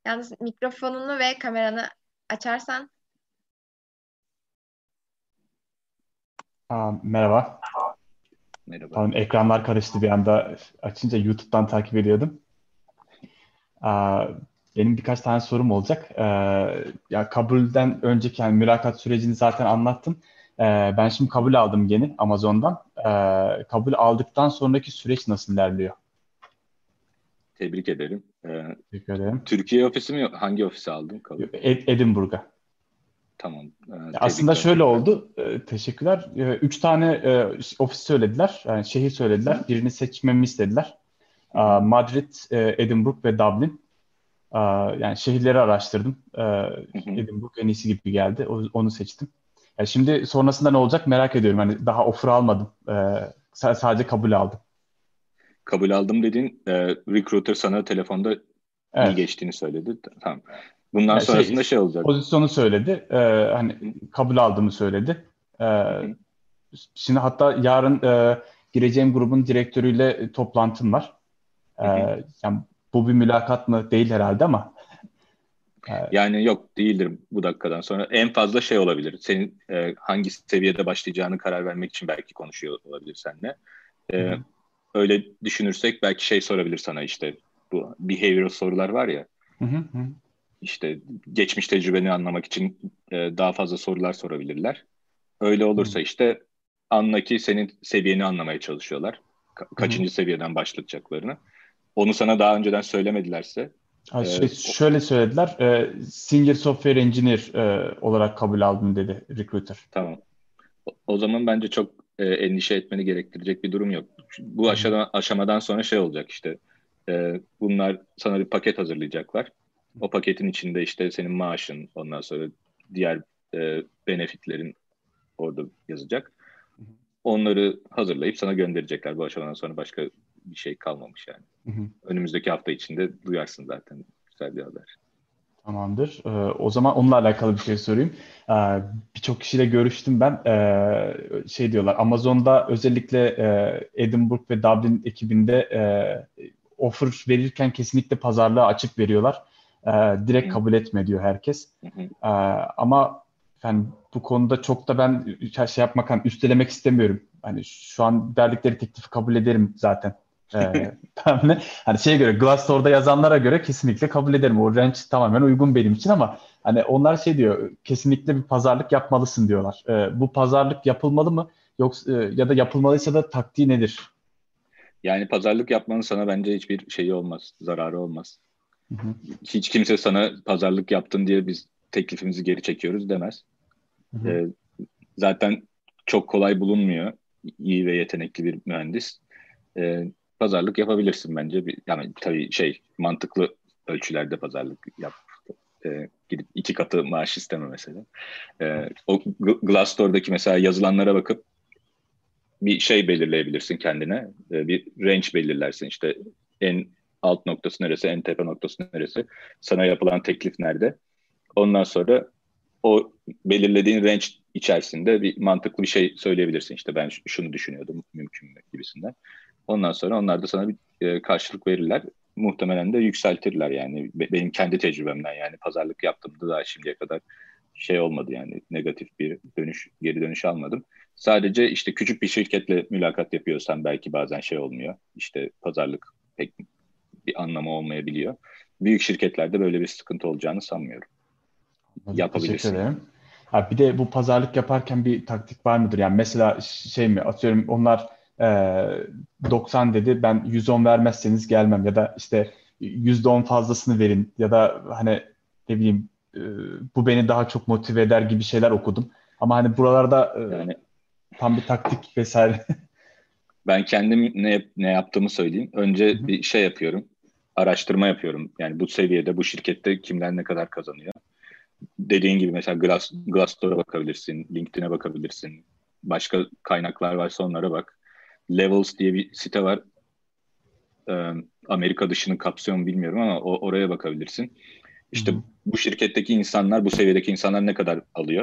Yalnız mikrofonunu ve kameranı açarsan. Merhaba. Merhaba. Pardon, ekranlar karıştı bir anda. Açınca YouTube'dan takip ediyordum. Aa, Benim birkaç tane sorum olacak. Ya kabulden önceki yani mülakat sürecini zaten anlattım. Ben şimdi kabul aldım yeni Amazon'dan. Kabul aldıktan sonraki süreç nasıl ilerliyor? Tebrik ederim. Teşekkür ederim. Türkiye ofisi mi? Hangi ofisi aldın? Kabul. Edinburgh'a. Tamam. Aslında Tebrikler şöyle tekrar. oldu. Teşekkürler. Üç tane ofis söylediler. Yani şehir söylediler. Birini seçmemi istediler. Hı hı. Madrid, Edinburgh ve Dublin. Yani şehirleri araştırdım. Hı hı. Edinburgh en iyisi gibi geldi. Onu seçtim. Yani şimdi sonrasında ne olacak merak ediyorum. Hani daha offer almadım. Sadece kabul aldım. Kabul aldım dediğin recruiter sana telefonda iyi Evet. geçtiğini söyledi. Tamam. Bundan Yani sonrasında şey olacak. pozisyonu söyledi. Hani Hı kabul aldığımı söyledi. hı. Şimdi hatta yarın gireceğim grubun direktörüyle toplantım var. Hı hı. Yani bu bir mülakat mı değil herhalde ama Yani yok değildir bu dakikadan sonra. En fazla şey olabilir. Senin hangi seviyede başlayacağını karar vermek için belki konuşuyor olabilir seninle. hı E, hı, Öyle düşünürsek belki şey sorabilir sana işte bu behavioral sorular var ya hı hı, hı. işte geçmiş tecrübeni anlamak için daha fazla sorular sorabilirler. Öyle Hı olursa işte anla ki senin seviyeni anlamaya çalışıyorlar. hı. Kaçıncı seviyeden başlatacaklarını. Onu sana daha önceden söylemedilerse Şöyle söylediler, Senior Software Engineer olarak kabul aldım dedi recruiter. tamam. O zaman bence çok endişe etmeni gerektirecek bir durum yok. Bu Hı hı, aşamadan sonra şey olacak işte. Bunlar sana bir paket hazırlayacaklar. O paketin içinde işte senin maaşın, ondan sonra diğer benefitlerin orada yazacak. hı Onları hazırlayıp sana gönderecekler. Bu aşamadan sonra başka bir şey kalmamış yani. hı. Önümüzdeki hafta içinde duyarsın zaten. Güzel bir haber. Tamamdır. O zaman onunla alakalı bir şey sorayım. Birçok kişiyle görüştüm ben. Şey diyorlar, Amazon'da özellikle Edinburgh ve Dublin ekibinde offer verirken kesinlikle pazarlığa açık veriyorlar. Hı Direkt hı, kabul etme diyor herkes. hı hı. Ama yani bu konuda çok da ben şey yapmak, hani üstelemek istemiyorum. Hani şu an verdikleri teklifi kabul ederim zaten. Ben de hani şeye göre, Glassdoor'da yazanlara göre kesinlikle kabul ederim. O range tamamen uygun benim için ama hani onlar şey diyor, kesinlikle bir pazarlık yapmalısın diyorlar. Bu pazarlık yapılmalı mı? Yoksa ya da yapılmalıysa da taktiği nedir? Yani pazarlık yapmanın sana bence hiçbir şeyi olmaz, zararı olmaz. Hı hı, Hiç kimse sana pazarlık yaptın diye biz teklifimizi geri çekiyoruz demez. hı hı, Ee, Zaten çok kolay bulunmuyor iyi ve yetenekli bir mühendis. Pazarlık yapabilirsin bence. Yani tabii şey mantıklı ölçülerde pazarlık yap. Gidip iki katı maaş isteme mesela. O Glassdoor'daki mesela yazılanlara bakıp bir şey belirleyebilirsin kendine. Bir range belirlersin işte en alt noktası neresi, en tepe noktası neresi, sana yapılan teklif nerede. Ondan sonra o belirlediğin range içerisinde bir mantıklı bir şey söyleyebilirsin. İşte ben şunu düşünüyordum mümkün mü gibisinden. Ondan sonra onlar da sana bir karşılık verirler. Muhtemelen de yükseltirler yani. Benim kendi tecrübemden yani pazarlık yaptığımda daha şimdiye kadar şey olmadı yani negatif bir geri dönüş almadım. Sadece işte küçük bir şirketle mülakat yapıyorsan belki bazen şey olmuyor. İşte pazarlık pek bir anlamı olmayabiliyor. Büyük şirketlerde böyle bir sıkıntı olacağını sanmıyorum. anladım. Teşekkür Yapabilirsin yani. ederim. Bir de bu pazarlık yaparken bir taktik var mıdır? Yani mesela şey mi, atıyorum onlar 90 dedi, ben 110 vermezseniz gelmem, ya da işte %10 fazlasını verin, ya da hani ne bileyim, bu beni daha çok motive eder gibi şeyler okudum. Ama hani buralarda Yani tam bir taktik vesaire. ben kendim ne yaptığımı söyleyeyim. Hı Önce hı, bir şey yapıyorum. Araştırma yapıyorum. Yani bu seviyede, bu şirkette kimler ne kadar kazanıyor. Dediğin gibi mesela Glassdoor'a bakabilirsin, LinkedIn'e bakabilirsin. Başka kaynaklar varsa onlara bak. Levels diye bir site var. Ee, Amerika dışını kapsıyor mu bilmiyorum ama oraya bakabilirsin. hı İşte hı, bu şirketteki insanlar, bu seviyedeki insanlar ne kadar alıyor?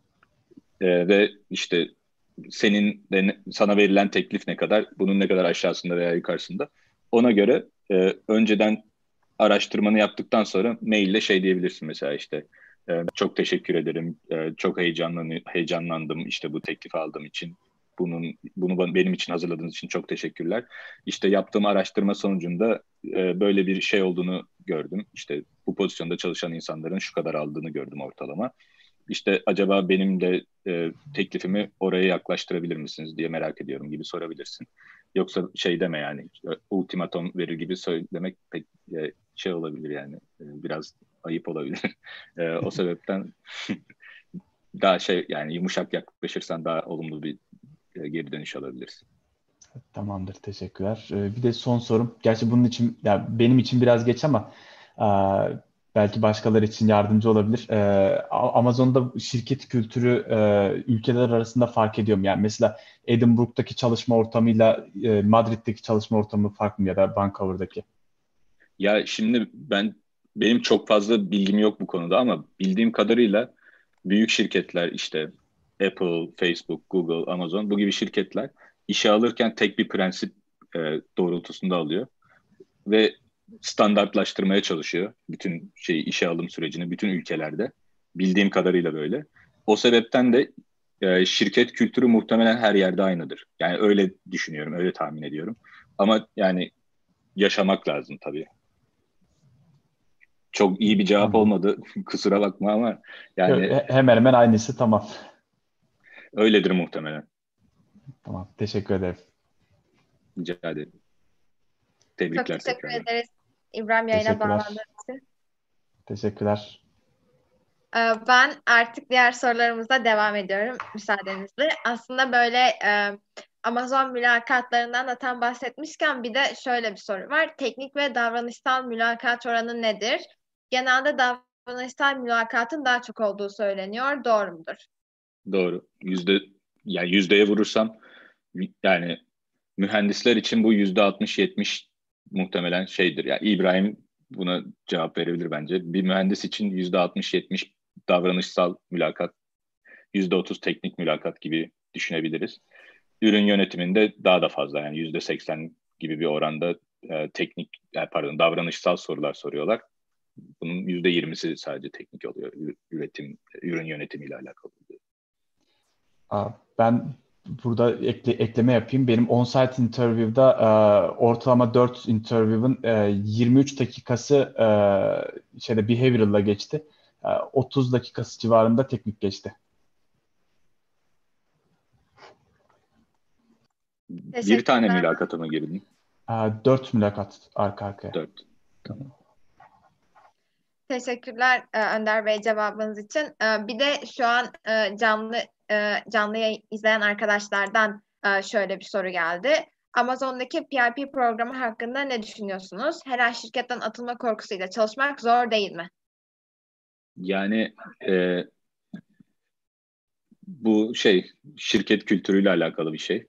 Ve işte senin de sana verilen teklif ne kadar, bunun ne kadar aşağısında veya yukarısında. Ona göre önceden araştırmanı yaptıktan sonra maille şey diyebilirsin mesela işte çok teşekkür ederim, çok heyecanlandım işte bu teklifi aldığım için. Benim için hazırladığınız için çok teşekkürler. İşte yaptığım araştırma sonucunda böyle bir şey olduğunu gördüm. İşte bu pozisyonda çalışan insanların şu kadar aldığını gördüm ortalama. İşte acaba benim de teklifimi oraya yaklaştırabilir misiniz diye merak ediyorum gibi sorabilirsin. Yoksa şey deme yani ultimatom verir gibi söylemek pek şey olabilir yani biraz ayıp olabilir. O sebepten daha şey yani yumuşak yaklaşırsan daha olumlu bir geri dönüş alabilirsin. Tamamdır, teşekkürler. Bir de son sorum. Gerçi bunun için, ya benim için biraz geç ama belki başkaları için yardımcı olabilir. Amazon'da şirket kültürü ülkeler arasında fark ediyor mu? Yani mesela Edinburgh'daki çalışma ortamıyla Madrid'deki çalışma ortamı farklı mı ya da Vancouver'daki? Ya şimdi benim çok fazla bilgim yok bu konuda ama bildiğim kadarıyla büyük şirketler işte Apple, Facebook, Google, Amazon bu gibi şirketler işe alırken tek bir prensip doğrultusunda alıyor ve standartlaştırmaya çalışıyor bütün işe alım sürecini bütün ülkelerde. Bildiğim kadarıyla böyle. O sebepten de şirket kültürü muhtemelen her yerde aynıdır. Yani öyle düşünüyorum, öyle tahmin ediyorum. Ama yani yaşamak lazım tabii. Çok iyi bir cevap Anladım. olmadı. Kusura bakma ama yani Hemen hemen aynısı, tamam. öyledir muhtemelen. Tamam, teşekkür ederim. Rica ederim. Çok Tebrikler teşekkür tekrardan. ederiz İbrahim yayına bağlandığın Teşekkürler. için. Teşekkürler. Ben artık diğer sorularımıza devam ediyorum müsaadenizle. Aslında böyle Amazon mülakatlarından da tam bahsetmişken bir de şöyle bir soru var. Teknik ve davranışsal mülakat oranı nedir? Genelde davranışsal mülakatın daha çok olduğu söyleniyor. Doğru mudur? Doğru. Yani yüzdeye vurursam yani mühendisler için bu %60-70 muhtemelen şeydir. Yani İbrahim buna cevap verebilir bence. Bir mühendis için %60-70 davranışsal mülakat, %30 teknik mülakat gibi düşünebiliriz. Ürün yönetiminde daha da fazla yani %80 gibi bir oranda davranışsal sorular soruyorlar. Bunun %20'si sadece teknik oluyor. Ürün yönetimiyle alakalı oluyor. Ben burada ekleme yapayım. Benim on-site interview'da ortalama 4 interview'ın 23 dakikası behavioral'la geçti. 30 dakikası civarında teknik geçti. Bir tane Teşekkürler. mülakata mı girdin? 4 mülakat arka arkaya. 4. Tamam. Teşekkürler Önder Bey cevabınız için. Bir de şu an canlı yayın izleyen arkadaşlardan şöyle bir soru geldi. Amazon'daki PIP programı hakkında ne düşünüyorsunuz? Her ay şirketten atılma korkusuyla çalışmak zor değil mi? Yani bu şirket kültürüyle alakalı bir şey.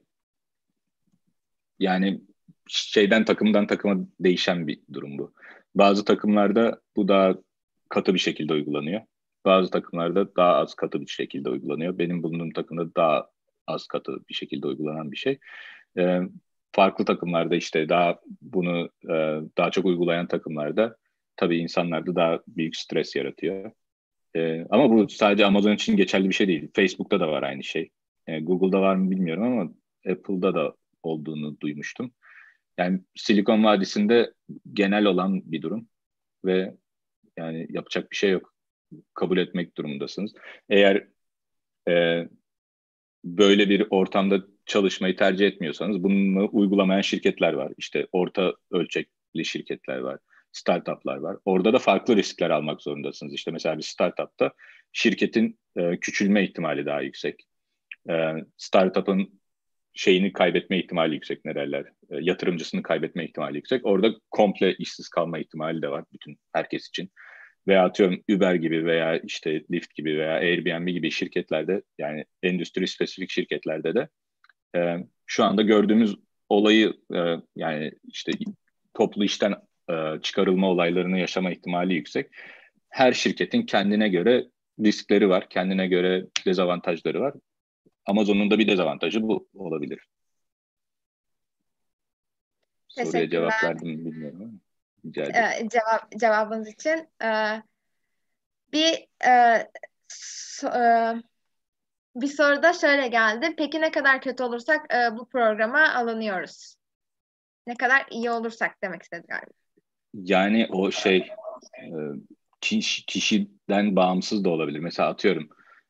Yani takımdan takıma değişen bir durum bu. Bazı takımlarda bu daha katı bir şekilde uygulanıyor. Bazı takımlarda daha az katı bir şekilde uygulanıyor. Benim bulunduğum takımda daha az katı bir şekilde uygulanan bir şey. Ee, Farklı takımlarda işte daha çok uygulayan takımlarda tabii insanlarda daha büyük stres yaratıyor. Ama bu sadece Amazon için geçerli bir şey değil. Facebook'ta da var aynı şey. Google'da var mı bilmiyorum ama Apple'da da olduğunu duymuştum. Yani Silikon Vadisi'nde genel olan bir durum ve yani yapacak bir şey yok. Kabul etmek durumundasınız. Eğer e, böyle bir ortamda çalışmayı tercih etmiyorsanız bunu uygulamayan şirketler var. İşte orta ölçekli şirketler var, startuplar var. Orada da farklı riskler almak zorundasınız. İşte mesela bir startupta şirketin küçülme ihtimali daha yüksek. Startup'ın şeyini kaybetme ihtimali yüksek, ne derler, yatırımcısını kaybetme ihtimali yüksek. Orada komple işsiz kalma ihtimali de var bütün herkes için. Veya atıyorum Uber gibi veya işte Lyft gibi veya Airbnb gibi şirketlerde yani endüstri spesifik şirketlerde de şu anda gördüğümüz olayı yani işte toplu işten çıkarılma olaylarını yaşama ihtimali yüksek. Her şirketin kendine göre riskleri var, kendine göre dezavantajları var. Amazon'un da bir dezavantajı bu olabilir. Soruya cevap Teşekkürler. verdim mi bilmiyorum ama. Rica ederim. Cevabınız için. Bir e, so- e, bir soru da şöyle geldi. Peki ne kadar kötü olursak bu programa alınıyoruz? Ne kadar iyi olursak demek istedi galiba. Yani o kişiden bağımsız da olabilir. Mesela atıyorum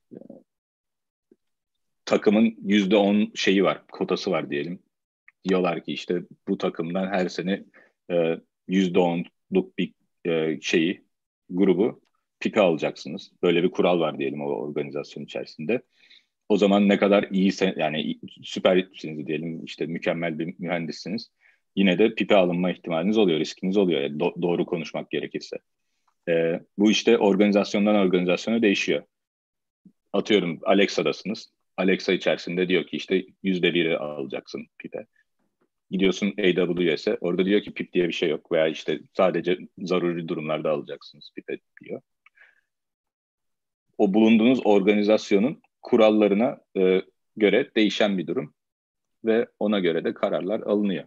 takımın %10 şeyi var, kotası var diyelim. Diyorlar ki işte bu takımdan her sene %10'luk bir grubu pipe alacaksınız. Böyle bir kural var diyelim o organizasyon içerisinde. O zaman ne kadar iyiyse yani süpersiniz diyelim işte mükemmel bir mühendissiniz. Yine de pipe alınma ihtimaliniz oluyor, riskiniz oluyor. Yani doğru konuşmak gerekirse. Bu işte organizasyondan organizasyona değişiyor. Atıyorum Alexa'dasınız. Alexa içerisinde diyor ki işte %1'i alacaksın pipe. Gidiyorsun AWS'e orada diyor ki pip diye bir şey yok veya işte sadece zaruri durumlarda alacaksınız pipe diyor. O bulunduğunuz organizasyonun kurallarına göre değişen bir durum ve ona göre de kararlar alınıyor.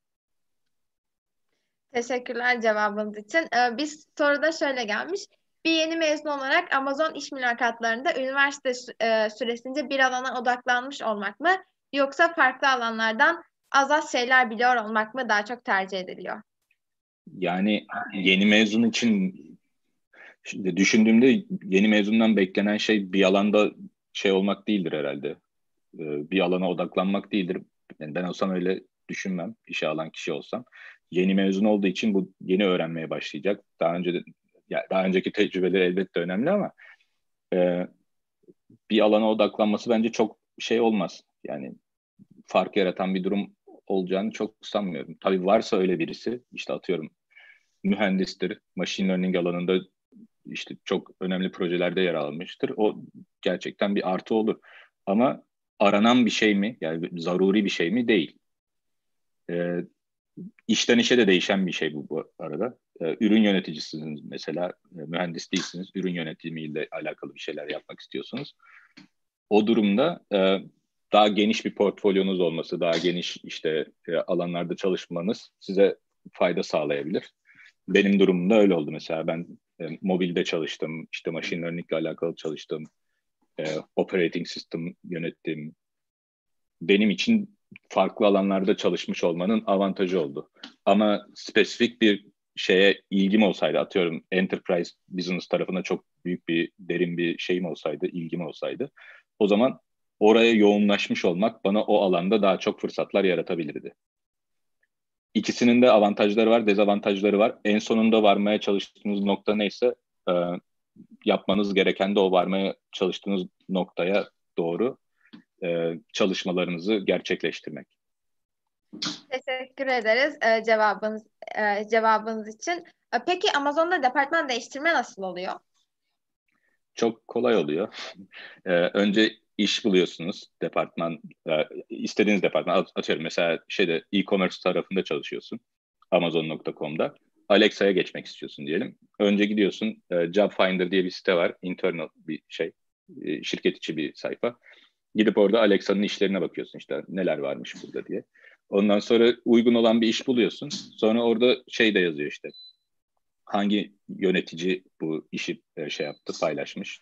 Teşekkürler cevabınız için. Bir soru da şöyle gelmiş. Bir yeni mezun olarak Amazon iş mülakatlarında üniversite süresince bir alana odaklanmış olmak mı yoksa farklı alanlardan az şeyler biliyor olmak mı daha çok tercih ediliyor? Yani yeni mezun için şimdi düşündüğümde yeni mezundan beklenen şey bir alanda olmak değildir herhalde. Bir alana odaklanmak değildir. Yani ben olsam öyle düşünmem. İşe alan kişi olsam. Yeni mezun olduğu için bu yeni öğrenmeye başlayacak. Daha önceki tecrübeleri elbette önemli ama e, bir alana odaklanması bence çok olmaz. Yani fark yaratan bir durum olacağını çok sanmıyorum. Tabii varsa öyle birisi, işte atıyorum mühendistir, machine learning alanında işte çok önemli projelerde yer almıştır. O gerçekten bir artı olur. Ama aranan bir şey mi, yani zaruri bir şey mi? Değil. Ee, işten işe de değişen bir şey bu arada. Ürün yöneticisiniz mesela, mühendis değilsiniz, ürün yönetimiyle alakalı bir şeyler yapmak istiyorsunuz. O durumda daha geniş bir portfolyonuz olması, daha geniş alanlarda çalışmanız size fayda sağlayabilir. Benim durumumda öyle oldu mesela. Ben mobilde çalıştım, işte machine learning ile alakalı çalıştım, operating system yönettim. Benim için farklı alanlarda çalışmış olmanın avantajı oldu. Ama spesifik bir şeye ilgim olsaydı, atıyorum enterprise business tarafına çok büyük bir, derin bir şeyim olsaydı, ilgim olsaydı, o zaman oraya yoğunlaşmış olmak bana o alanda daha çok fırsatlar yaratabilirdi. İkisinin de avantajları var, dezavantajları var. En sonunda varmaya çalıştığınız nokta neyse yapmanız gereken de o varmaya çalıştığınız noktaya doğru çalışmalarınızı gerçekleştirmek. Teşekkür ederiz cevabınız için. Peki Amazon'da departman değiştirme nasıl oluyor? Çok kolay oluyor. Önce iş buluyorsunuz departman, istediğiniz departman. Atıyorum mesela e-commerce tarafında çalışıyorsun Amazon.com'da. Alexa'ya geçmek istiyorsun diyelim. Önce gidiyorsun, Job Finder diye bir site var. Internal bir şirket içi bir sayfa. Gidip orada Alexa'nın işlerine bakıyorsun, işte neler varmış burada diye. Ondan sonra uygun olan bir iş buluyorsun. Sonra orada de yazıyor işte. Hangi yönetici bu işi paylaşmış.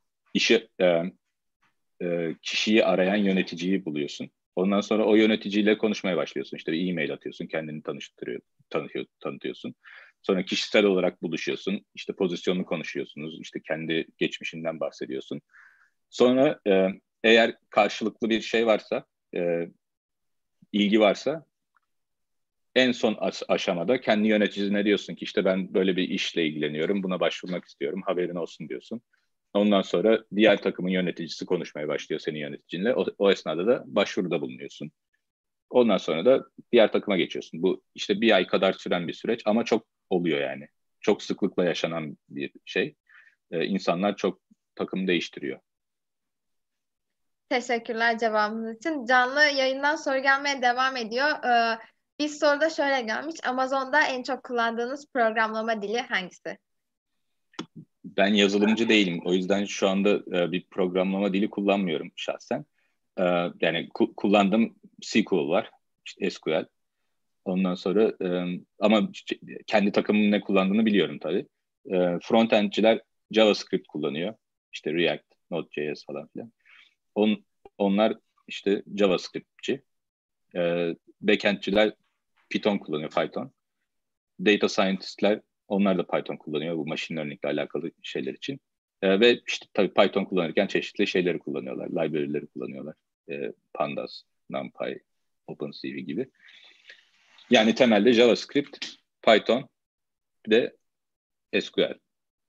Kişiyi arayan yöneticiyi buluyorsun. Ondan sonra o yöneticiyle konuşmaya başlıyorsun. İşte bir e-mail atıyorsun, kendini tanıtıyorsun. Sonra kişisel olarak buluşuyorsun. İşte pozisyonunu konuşuyorsunuz. İşte kendi geçmişinden bahsediyorsun. Sonra eğer karşılıklı bir varsa, ilgi varsa en son aşamada kendi yöneticine diyorsun ki işte ben böyle bir işle ilgileniyorum, buna başvurmak istiyorum, haberin olsun diyorsun. Ondan sonra diğer takımın yöneticisi konuşmaya başlıyor senin yöneticinle. O esnada da başvuruda bulunuyorsun. Ondan sonra da diğer takıma geçiyorsun. Bu işte bir ay kadar süren bir süreç ama çok oluyor yani. Çok sıklıkla yaşanan bir şey. İnsanlar çok takım değiştiriyor. Teşekkürler cevabınız için. Canlı yayından soru gelmeye devam ediyor. Bir soru da şöyle gelmiş. Amazon'da en çok kullandığınız programlama dili hangisi? Ben yazılımcı değilim. O yüzden şu anda bir programlama dili kullanmıyorum şahsen. Yani kullandığım SQL var, işte SQL. Ondan sonra ama kendi takımımın ne kullandığını biliyorum tabii. Frontendciler JavaScript kullanıyor. İşte React, Node.js falan filan. Onlar işte JavaScriptçi. Backendciler Python kullanıyor, Python. Data scientistler onlar da Python kullanıyor bu machine learning ile alakalı şeyler için. Ve işte tabii Python kullanırken çeşitli şeyleri kullanıyorlar. Library'leri kullanıyorlar. Pandas, NumPy, OpenCV gibi. Yani temelde JavaScript, Python ve SQL.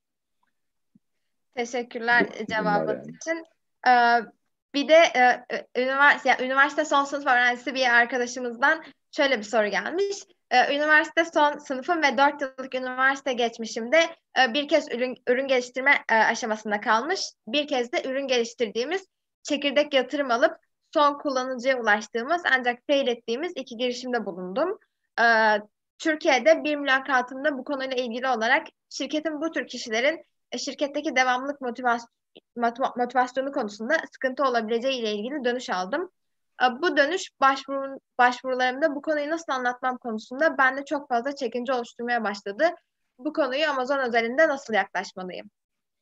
Teşekkürler Bunlar cevabınız yani. için. Bir de üniversite son sınıf öğrencisi bir arkadaşımızdan şöyle bir soru gelmiş. Üniversite son sınıfım ve 4 yıllık üniversite geçmişimde bir kez ürün geliştirme aşamasında kalmış. Bir kez de ürün geliştirdiğimiz çekirdek yatırım alıp son kullanıcıya ulaştığımız ancak fail ettiğimiz 2 girişimde bulundum. Türkiye'de bir mülakatımda bu konuyla ilgili olarak şirketin bu tür kişilerin şirketteki devamlılık motivasyonu konusunda sıkıntı olabileceği ile ilgili dönüş aldım. Bu dönüş başvurularımda bu konuyu nasıl anlatmam konusunda bende çok fazla çekince oluşturmaya başladı. Bu konuyu Amazon özelinde nasıl yaklaşmalıyım?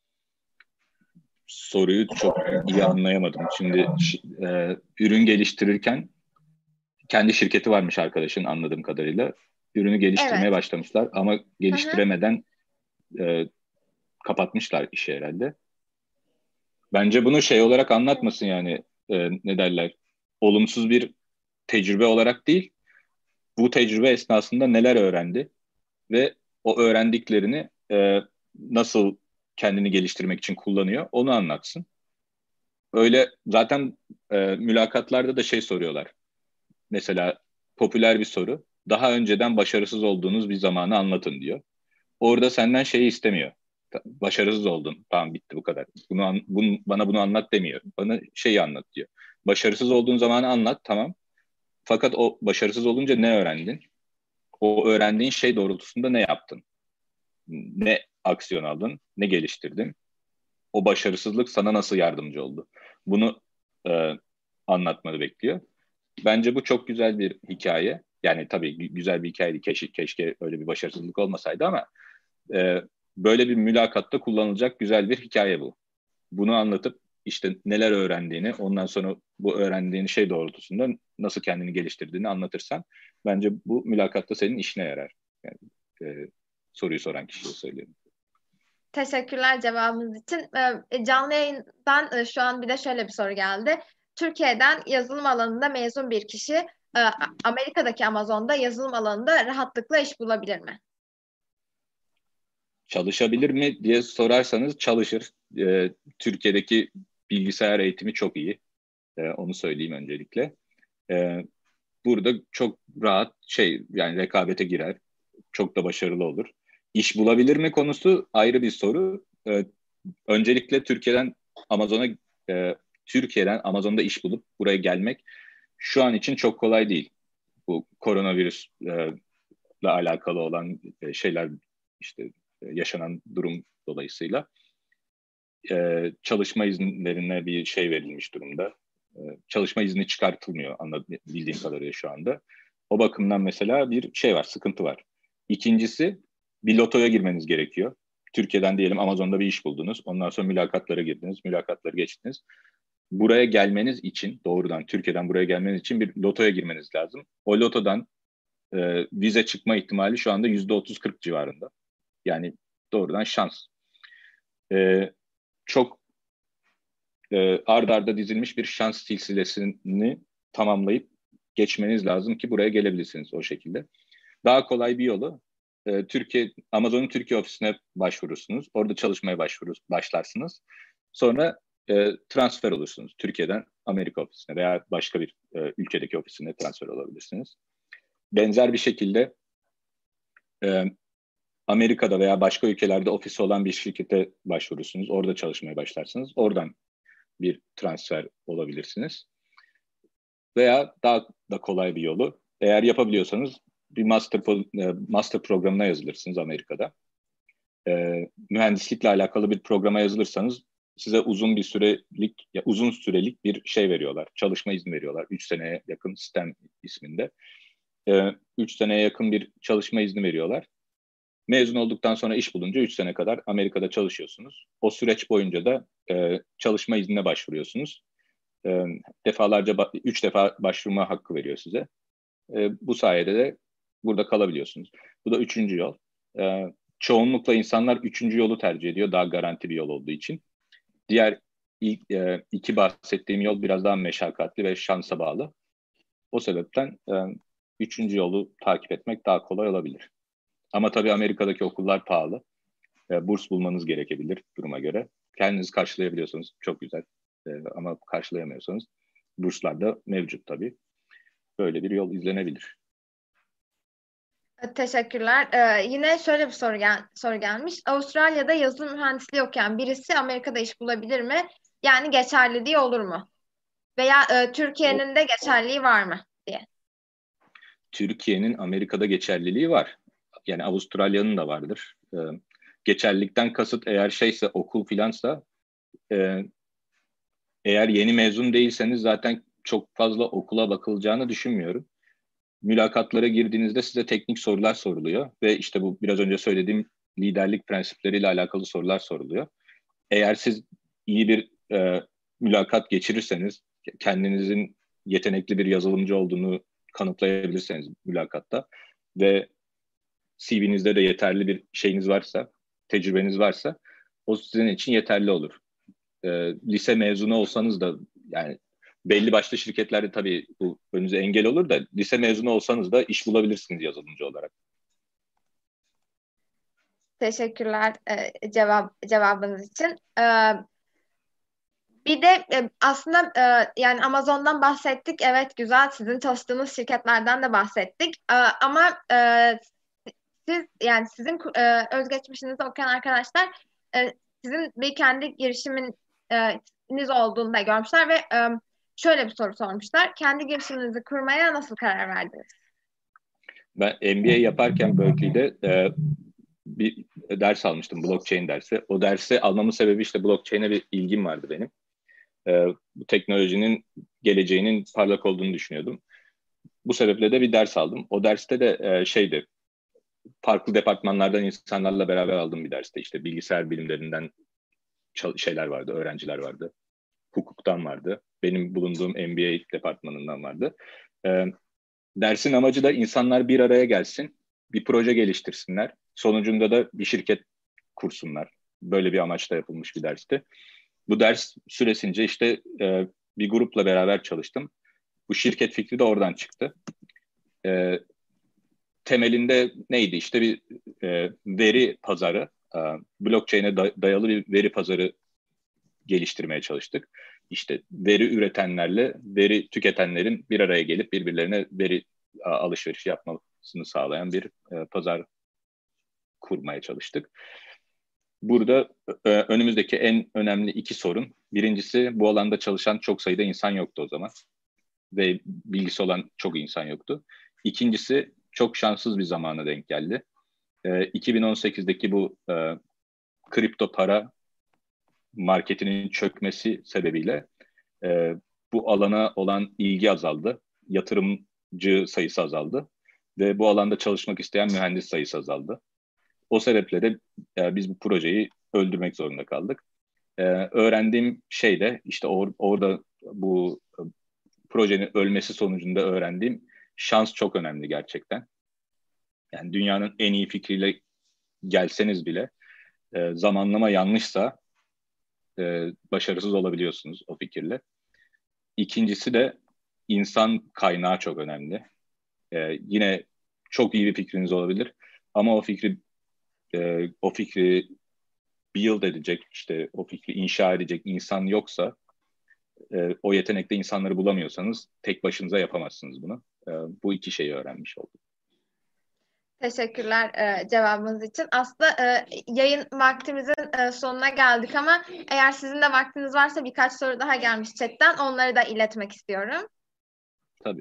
Soruyu çok iyi anlayamadım. Şimdi ürün geliştirirken kendi şirketi varmış arkadaşın anladığım kadarıyla. Ürünü geliştirmeye Evet. başlamışlar ama Hı-hı. geliştiremeden kapatmışlar işi herhalde. Bence bunu şey olarak anlatmasın yani ne derler, olumsuz bir tecrübe olarak değil, bu tecrübe esnasında neler öğrendi ve o öğrendiklerini nasıl kendini geliştirmek için kullanıyor onu anlatsın. Öyle zaten mülakatlarda da şey soruyorlar. Mesela popüler bir soru. Daha önceden başarısız olduğunuz bir zamanı anlatın diyor. Orada senden şeyi istemiyor. Başarısız oldun. Tamam bitti bu kadar. Bana bunu anlat demiyor. Bana şeyi anlat diyor. Başarısız olduğun zamanı anlat tamam. Fakat o başarısız olunca ne öğrendin? O öğrendiğin şey doğrultusunda ne yaptın? Ne aksiyon aldın? Ne geliştirdin? O başarısızlık sana nasıl yardımcı oldu? Bunu anlatmanı bekliyor. Bence bu çok güzel bir hikaye. Yani tabii güzel bir hikayeydi. Keşke öyle bir başarısızlık olmasaydı ama böyle bir mülakatta kullanılacak güzel bir hikaye bu. Bunu anlatıp işte neler öğrendiğini, ondan sonra bu öğrendiğin şey doğrultusunda nasıl kendini geliştirdiğini anlatırsan bence bu mülakatta senin işine yarar. Yani, soruyu soran kişiye söylüyorum. Teşekkürler cevabınız için. Canlı yayından şu an bir de şöyle bir soru geldi. Türkiye'den yazılım alanında mezun bir kişi Amerika'daki Amazon'da yazılım alanında rahatlıkla iş bulabilir mi? Çalışabilir mi diye sorarsanız çalışır. Türkiye'deki bilgisayar eğitimi çok iyi. Onu söyleyeyim öncelikle. Burada çok rahat yani rekabete girer. Çok da başarılı olur. İş bulabilir mi konusu ayrı bir soru. Öncelikle Türkiye'den Amazon'da iş bulup buraya gelmek şu an için çok kolay değil. Bu koronavirüsle alakalı olan şeyler işte yaşanan durum dolayısıyla çalışma izinlerine bir şey verilmiş durumda. Çalışma izni çıkartılmıyor bildiğim kadarıyla şu anda. O bakımdan mesela bir şey var, sıkıntı var. İkincisi bir lotoya girmeniz gerekiyor. Türkiye'den diyelim Amazon'da bir iş buldunuz. Ondan sonra mülakatlara girdiniz, mülakatları geçtiniz. Buraya gelmeniz için, doğrudan Türkiye'den buraya gelmeniz için bir lotoya girmeniz lazım. O lotodan vize çıkma ihtimali şu anda %30-40 civarında. Yani doğrudan şans. Çok ard arda dizilmiş bir şans silsilesini tamamlayıp geçmeniz lazım ki buraya gelebilirsiniz o şekilde. Daha kolay bir yolu Amazon'un Türkiye ofisine başvurursunuz. Orada çalışmaya başlarsınız. Sonra transfer olursunuz. Türkiye'den Amerika ofisine veya başka bir ülkedeki ofisine transfer olabilirsiniz. Benzer bir şekilde Amerika'da veya başka ülkelerde ofisi olan bir şirkete başvurursunuz. Orada çalışmaya başlarsınız. Oradan bir transfer olabilirsiniz. Veya daha da kolay bir yolu, eğer yapabiliyorsanız bir master programına yazılırsınız Amerika'da. Mühendislikle alakalı bir programa yazılırsanız size uzun sürelik bir şey veriyorlar. Çalışma izni veriyorlar. 3 seneye yakın STEM isminde. 3 seneye yakın bir çalışma izni veriyorlar. Mezun olduktan sonra iş bulunca 3 sene kadar Amerika'da çalışıyorsunuz. O süreç boyunca da çalışma iznine başvuruyorsunuz. Defalarca 3 defa başvurma hakkı veriyor size. Bu sayede de burada kalabiliyorsunuz. Bu da üçüncü yol. Çoğunlukla insanlar üçüncü yolu tercih ediyor. Daha garanti bir yol olduğu için. Diğer iki bahsettiğim yol biraz daha meşakkatli ve şansa bağlı. O sebepten üçüncü yolu takip etmek daha kolay olabilir. Ama tabii Amerika'daki okullar pahalı. Burs bulmanız gerekebilir duruma göre. Kendiniz karşılayabiliyorsanız çok güzel. Ama karşılayamıyorsanız burslar da mevcut tabii. Böyle bir yol izlenebilir. Teşekkürler. Yine şöyle bir soru gelmiş. Avustralya'da yazılım mühendisliği okuyan birisi Amerika'da iş bulabilir mi? Yani geçerliliği olur mu? Veya Türkiye'nin de geçerliliği var mı diye. Türkiye'nin Amerika'da geçerliliği var. Yani Avustralya'nın da vardır. Geçerlilikten kasıt eğer şeyse, okul filansa, eğer yeni mezun değilseniz zaten çok fazla okula bakılacağını düşünmüyorum. Mülakatlara girdiğinizde size teknik sorular soruluyor ve işte bu biraz önce söylediğim liderlik prensipleriyle alakalı sorular soruluyor. Eğer siz iyi bir mülakat geçirirseniz, kendinizin yetenekli bir yazılımcı olduğunu kanıtlayabilirseniz mülakatta ve CV'nizde de yeterli bir şeyiniz varsa, tecrübeniz varsa o sizin için yeterli olur. Lise mezunu olsanız da, yani belli başlı şirketlerde tabii bu önünüze engel olur da, lise mezunu olsanız da iş bulabilirsiniz yazılımcı olarak. Teşekkürler cevabınız için. Bir de aslında yani Amazon'dan bahsettik. Evet, güzel. Sizin çalıştığınız şirketlerden de bahsettik. Ama siz, yani sizin özgeçmişinizi okuyan arkadaşlar sizin bir kendi girişiminiz olduğunu da görmüşler ve şöyle bir soru sormuşlar. Kendi girişiminizi kurmaya nasıl karar verdiniz? Ben MBA yaparken Berkeley'de bir ders almıştım, blockchain dersi. O dersi almamın sebebi işte blockchain'e bir ilgim vardı benim. Bu teknolojinin geleceğinin parlak olduğunu düşünüyordum. Bu sebeple de bir ders aldım. O derste de farklı departmanlardan insanlarla beraber aldığım bir derste. İşte bilgisayar bilimlerinden şeyler vardı, öğrenciler vardı. Hukuktan vardı. Benim bulunduğum MBA departmanından vardı. Dersin amacı da insanlar bir araya gelsin, bir proje geliştirsinler. Sonucunda da bir şirket kursunlar. Böyle bir amaçla yapılmış bir dersti. Bu ders süresince işte bir grupla beraber çalıştım. Bu şirket fikri de oradan çıktı. Temelinde neydi? İşte bir veri pazarı, blockchain'e dayalı bir veri pazarı geliştirmeye çalıştık. İşte veri üretenlerle veri tüketenlerin bir araya gelip birbirlerine veri alışverişi yapmasını sağlayan bir pazar kurmaya çalıştık. Burada önümüzdeki en önemli iki sorun. Birincisi, bu alanda çalışan çok sayıda insan yoktu o zaman. Ve bilgisi olan çok insan yoktu. İkincisi, çok şanssız bir zamana denk geldi. 2018'deki bu kripto para marketinin çökmesi sebebiyle bu alana olan ilgi azaldı. Yatırımcı sayısı azaldı. Ve bu alanda çalışmak isteyen mühendis sayısı azaldı. O sebeple de biz bu projeyi öldürmek zorunda kaldık. Öğrendiğim şey de işte orada bu projenin ölmesi sonucunda öğrendiğim şans çok önemli gerçekten. Yani dünyanın en iyi fikriyle gelseniz bile zamanlama yanlışsa başarısız olabiliyorsunuz o fikirle. İkincisi de insan kaynağı çok önemli. Yine çok iyi bir fikriniz olabilir ama o fikri build edecek, işte o fikri inşa edecek insan yoksa, o yetenekte insanları bulamıyorsanız tek başınıza yapamazsınız bunu. Bu iki şeyi öğrenmiş oldum. Teşekkürler cevabınız için. Aslında yayın vaktimizin sonuna geldik ama eğer sizin de vaktiniz varsa birkaç soru daha gelmiş chatten. Onları da iletmek istiyorum. Tabii.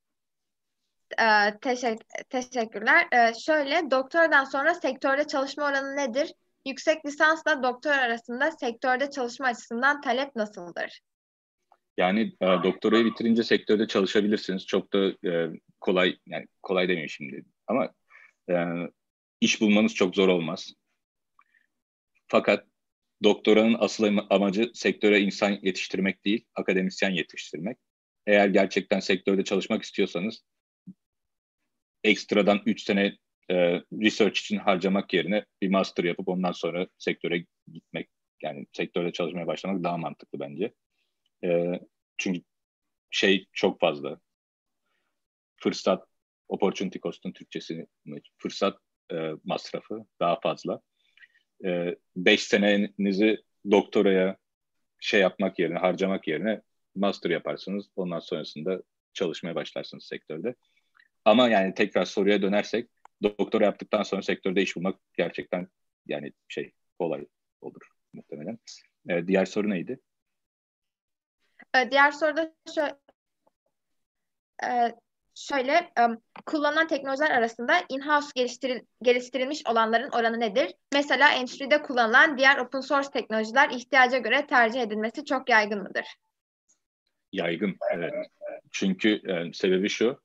Teşekkürler. Şöyle, doktoradan sonra sektörde çalışma oranı nedir? Yüksek lisansla doktor arasında sektörde çalışma açısından talep nasıldır? Yani doktorayı bitirince sektörde çalışabilirsiniz. Çok da kolay, yani kolay demeyeyim şimdi ama e, iş bulmanız çok zor olmaz. Fakat doktoranın asıl amacı sektöre insan yetiştirmek değil, akademisyen yetiştirmek. Eğer gerçekten sektörde çalışmak istiyorsanız ekstradan 3 sene research için harcamak yerine bir master yapıp ondan sonra sektöre gitmek, yani sektörde çalışmaya başlamak daha mantıklı bence. Çünkü çok fazla. Fırsat, opportunity cost'un Türkçesi, fırsat masrafı daha fazla. 5 senenizi doktoraya yapmak yerine, harcamak yerine master yaparsınız. Ondan sonrasında çalışmaya başlarsınız sektörde. Ama yani tekrar soruya dönersek, doktora yaptıktan sonra sektörde iş bulmak gerçekten yani kolay olur muhtemelen. Diğer soru neydi? Diğer soruda şöyle, kullanılan teknolojiler arasında in-house geliştirilmiş olanların oranı nedir? Mesela endüstride kullanılan diğer open source teknolojiler ihtiyaca göre tercih edilmesi çok yaygın mıdır? Yaygın, evet. Çünkü sebebi şu,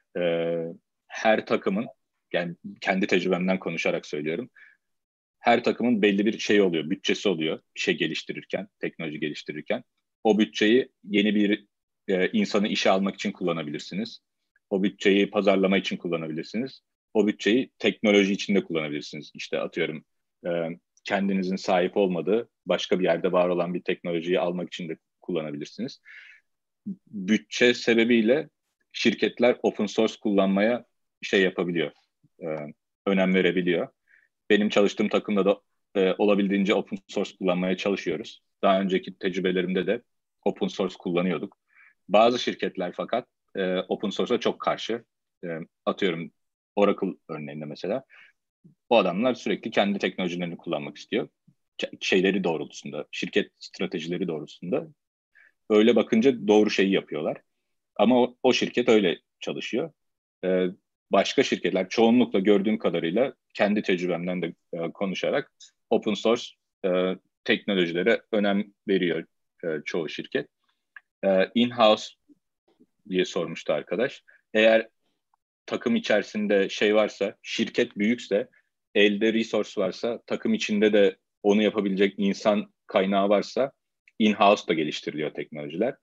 her takımın, yani kendi tecrübemden konuşarak söylüyorum, her takımın belli bir oluyor, bütçesi oluyor bir şey geliştirirken, teknoloji geliştirirken. O bütçeyi yeni bir insanı işe almak için kullanabilirsiniz. O bütçeyi pazarlama için kullanabilirsiniz. O bütçeyi teknoloji için de kullanabilirsiniz. İşte atıyorum kendinizin sahip olmadığı başka bir yerde var olan bir teknolojiyi almak için de kullanabilirsiniz. Bütçe sebebiyle şirketler open source kullanmaya yapabiliyor, önem verebiliyor. Benim çalıştığım takımda da olabildiğince open source kullanmaya çalışıyoruz. Daha önceki tecrübelerimde de open source kullanıyorduk. Bazı şirketler fakat open source'a çok karşı. Atıyorum Oracle örneğinde mesela. O adamlar sürekli kendi teknolojilerini kullanmak istiyor. Şeyleri doğrultusunda, şirket stratejileri doğrultusunda. Öyle bakınca doğru şeyi yapıyorlar. Ama o şirket öyle çalışıyor. Başka şirketler, çoğunlukla gördüğüm kadarıyla kendi tecrübemden de konuşarak open source teknolojilere önem veriyor çoğu şirket. In-house diye sormuştu arkadaş. Eğer takım içerisinde varsa, şirket büyükse, elde resource varsa, takım içinde de onu yapabilecek insan kaynağı varsa in-house da geliştiriliyor teknolojiler.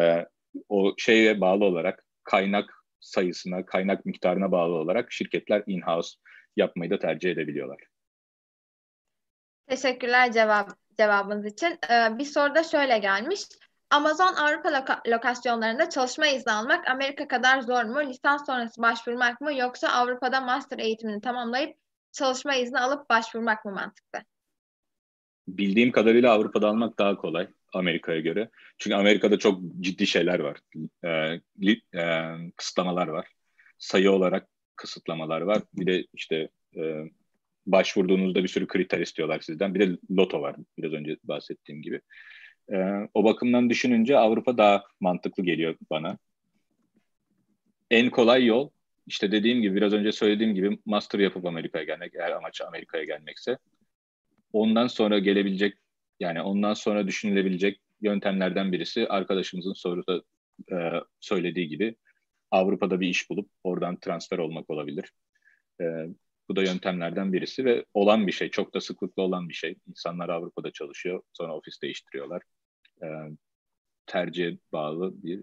O bağlı olarak, kaynak sayısına, kaynak miktarına bağlı olarak şirketler in-house yapmayı da tercih edebiliyorlar. Teşekkürler cevabınız için. Bir soru da şöyle gelmiş. Amazon Avrupa lokasyonlarında çalışma izni almak Amerika kadar zor mu? Lisans sonrası başvurmak mı? Yoksa Avrupa'da master eğitimini tamamlayıp çalışma izni alıp başvurmak mı mantıklı? Bildiğim kadarıyla Avrupa'da almak daha kolay Amerika'ya göre. Çünkü Amerika'da çok ciddi şeyler var. Kısıtlamalar var. Sayı olarak kısıtlamalar var. Bir de başvurduğunuzda bir sürü kriter istiyorlar sizden. Bir de loto var, biraz önce bahsettiğim gibi. O bakımdan düşününce Avrupa daha mantıklı geliyor bana. En kolay yol, dediğim gibi, biraz önce söylediğim gibi master yapıp Amerika'ya gelmek, eğer amaç Amerika'ya gelmekse. Ondan sonra ondan sonra düşünülebilecek yöntemlerden birisi, arkadaşımızın soruda söylediği gibi, Avrupa'da bir iş bulup oradan transfer olmak olabilir. Bu da yöntemlerden birisi ve olan bir şey. Çok da sıklıkla olan bir şey. İnsanlar Avrupa'da çalışıyor, sonra ofis değiştiriyorlar. Tercihe bağlı bir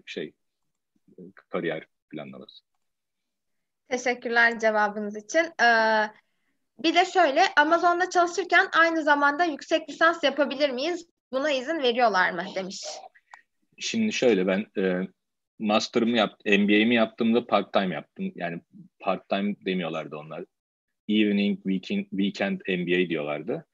kariyer planlaması. Teşekkürler cevabınız için. Bir de şöyle, Amazon'da çalışırken aynı zamanda yüksek lisans yapabilir miyiz? Buna izin veriyorlar mı demiş. Şimdi şöyle, ben master'ımı MBA'mi yaptığımda part-time yaptım. Yani part-time demiyorlardı onlar. Evening, weekend MBA diyorlardı.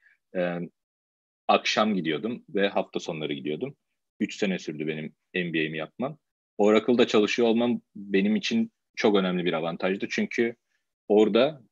Akşam gidiyordum ve hafta sonları gidiyordum. 3 sene sürdü benim MBA'mi yapmam. Oracle'da çalışıyor olmam benim için çok önemli bir avantajdı. Çünkü orada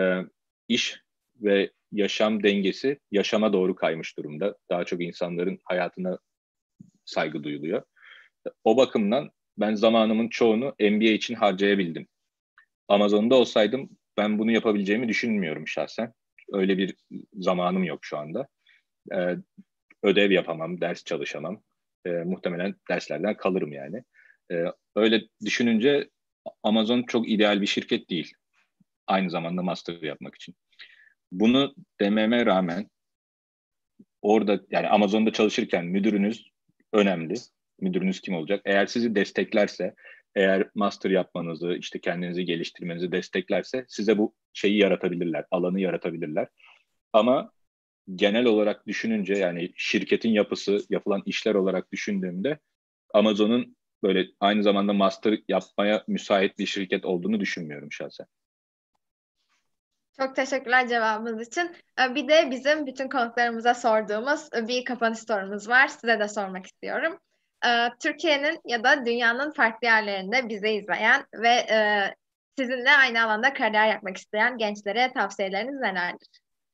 iş ve yaşam dengesi yaşama doğru kaymış durumda. Daha çok insanların hayatına saygı duyuluyor. O bakımdan ben zamanımın çoğunu MBA için harcayabildim. Amazon'da olsaydım ben bunu yapabileceğimi düşünmüyorum şahsen. Öyle bir zamanım yok şu anda. Ödev yapamam, ders çalışamam. muhtemelen derslerden kalırım yani. Öyle düşününce Amazon çok ideal bir şirket değil. Aynı zamanda master yapmak için. Bunu dememe rağmen orada yani Amazon'da çalışırken müdürünüz önemli. Müdürünüz kim olacak? Eğer sizi desteklerse, eğer master yapmanızı, işte kendinizi geliştirmenizi desteklerse size bu şeyi yaratabilirler, alanı yaratabilirler. Ama genel olarak düşününce yani şirketin yapısı, yapılan işler olarak düşündüğümde Amazon'un böyle aynı zamanda master yapmaya müsait bir şirket olduğunu düşünmüyorum şahsen. Çok teşekkürler cevabınız için. Bir de bizim bütün konuklarımıza sorduğumuz bir kapanış sorumuz var. Size de sormak istiyorum. Türkiye'nin ya da dünyanın farklı yerlerinde bizi izleyen ve sizinle aynı alanda kariyer yapmak isteyen gençlere tavsiyeleriniz nelerdir?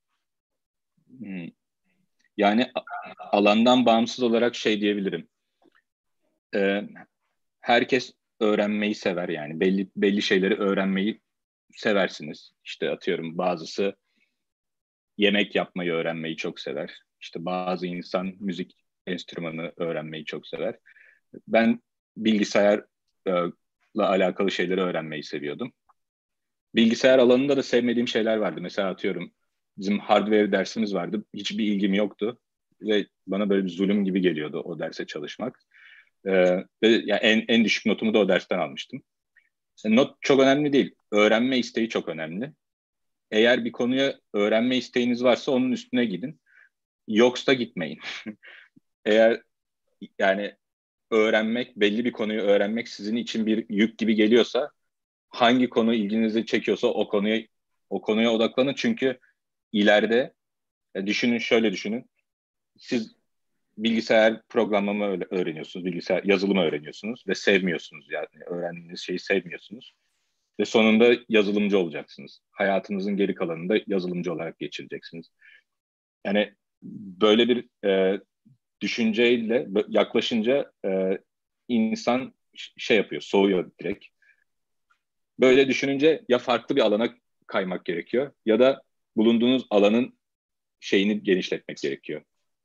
Yani alandan bağımsız olarak şey diyebilirim. Herkes öğrenmeyi sever yani belli şeyleri öğrenmeyi seversiniz. İşte atıyorum bazısı yemek yapmayı öğrenmeyi çok sever. İşte bazı insan müzik enstrümanı öğrenmeyi çok sever. Ben bilgisayarla alakalı şeyleri öğrenmeyi seviyordum. Bilgisayar alanında da sevmediğim şeyler vardı. Mesela atıyorum bizim hardware dersimiz vardı. Hiçbir ilgim yoktu. Ve bana böyle bir zulüm gibi geliyordu o derse çalışmak. Ve yani en düşük notumu da o dersten almıştım. Not çok önemli değil. Öğrenme isteği çok önemli. Eğer bir konuya öğrenme isteğiniz varsa onun üstüne gidin. Yoksa gitmeyin. Eğer yani belli bir konuyu öğrenmek sizin için bir yük gibi geliyorsa hangi konu ilginizi çekiyorsa o konuya odaklanın. Çünkü ileride şöyle düşünün. Siz bilgisayar programlama öğreniyorsunuz, bilgisayar yazılımı öğreniyorsunuz ve sevmiyorsunuz yani öğrendiğiniz şeyi sevmiyorsunuz. Ve sonunda yazılımcı olacaksınız. Hayatınızın geri kalanını da yazılımcı olarak geçireceksiniz. Yani böyle bir düşünceyle yaklaşınca insan şey yapıyor, soğuyor direkt. Böyle düşününce ya farklı bir alana kaymak gerekiyor ya da bulunduğunuz alanın şeyini genişletmek gerekiyor.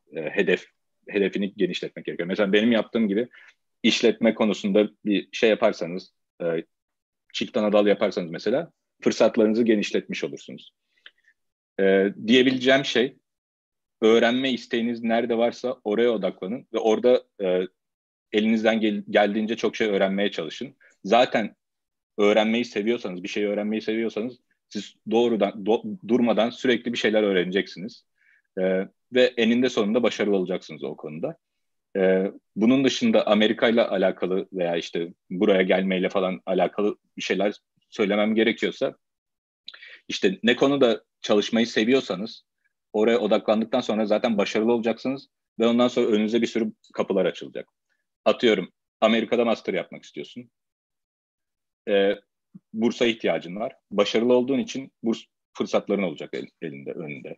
Hedefini genişletmek gerekiyor. Mesela benim yaptığım gibi işletme konusunda bir şey yaparsanız, çift anadal yaparsanız mesela fırsatlarınızı genişletmiş olursunuz. Diyebileceğim şey öğrenme isteğiniz nerede varsa oraya odaklanın ve orada elinizden geldiğince çok şey öğrenmeye çalışın. Zaten öğrenmeyi seviyorsanız, bir şey öğrenmeyi seviyorsanız siz durmadan sürekli bir şeyler öğreneceksiniz. Ve eninde sonunda başarılı olacaksınız o konuda. Bunun dışında Amerika ile alakalı veya işte buraya gelmeyle falan alakalı bir şeyler söylemem gerekiyorsa işte ne konuda çalışmayı seviyorsanız oraya odaklandıktan sonra zaten başarılı olacaksınız ve ondan sonra önünüze bir sürü kapılar açılacak. Atıyorum Amerika'da master yapmak istiyorsun. Bursa ihtiyacın var. Başarılı olduğun için burs fırsatların olacak elinde, önünde.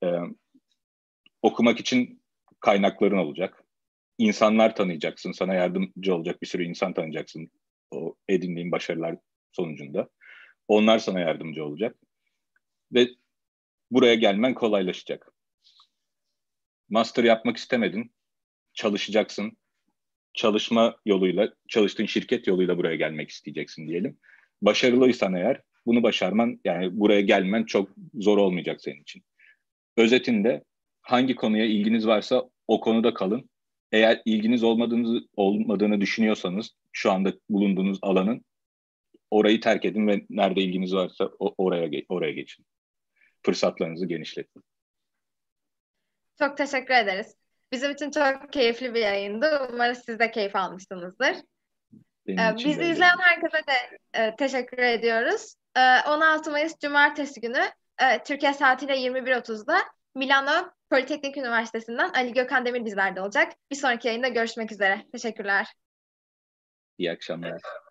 Okumak için kaynakların olacak. İnsanlar tanıyacaksın. Sana yardımcı olacak bir sürü insan tanıyacaksın o edindiğin başarılar sonucunda. Onlar sana yardımcı olacak. Ve buraya gelmen kolaylaşacak. Master yapmak istemedin. Çalışacaksın. Çalışma yoluyla, çalıştığın şirket yoluyla buraya gelmek isteyeceksin diyelim. Başarılıysan eğer bunu başarman yani buraya gelmen çok zor olmayacak senin için. Özetinde hangi konuya ilginiz varsa o konuda kalın. Eğer ilginiz olmadığını düşünüyorsanız şu anda bulunduğunuz alanın orayı terk edin ve nerede ilginiz varsa oraya geçin. Fırsatlarınızı genişletin. Çok teşekkür ederiz. Bizim için çok keyifli bir yayındı. Umarız siz de keyif almışsınızdır. Bizi izleyen herkese de teşekkür ediyoruz. 16 Mayıs Cumartesi günü Türkiye saatiyle 21.30'da Milano Politeknik Üniversitesi'nden Ali Gökhan Demir bizlerde olacak. Bir sonraki yayında görüşmek üzere. Teşekkürler. İyi akşamlar.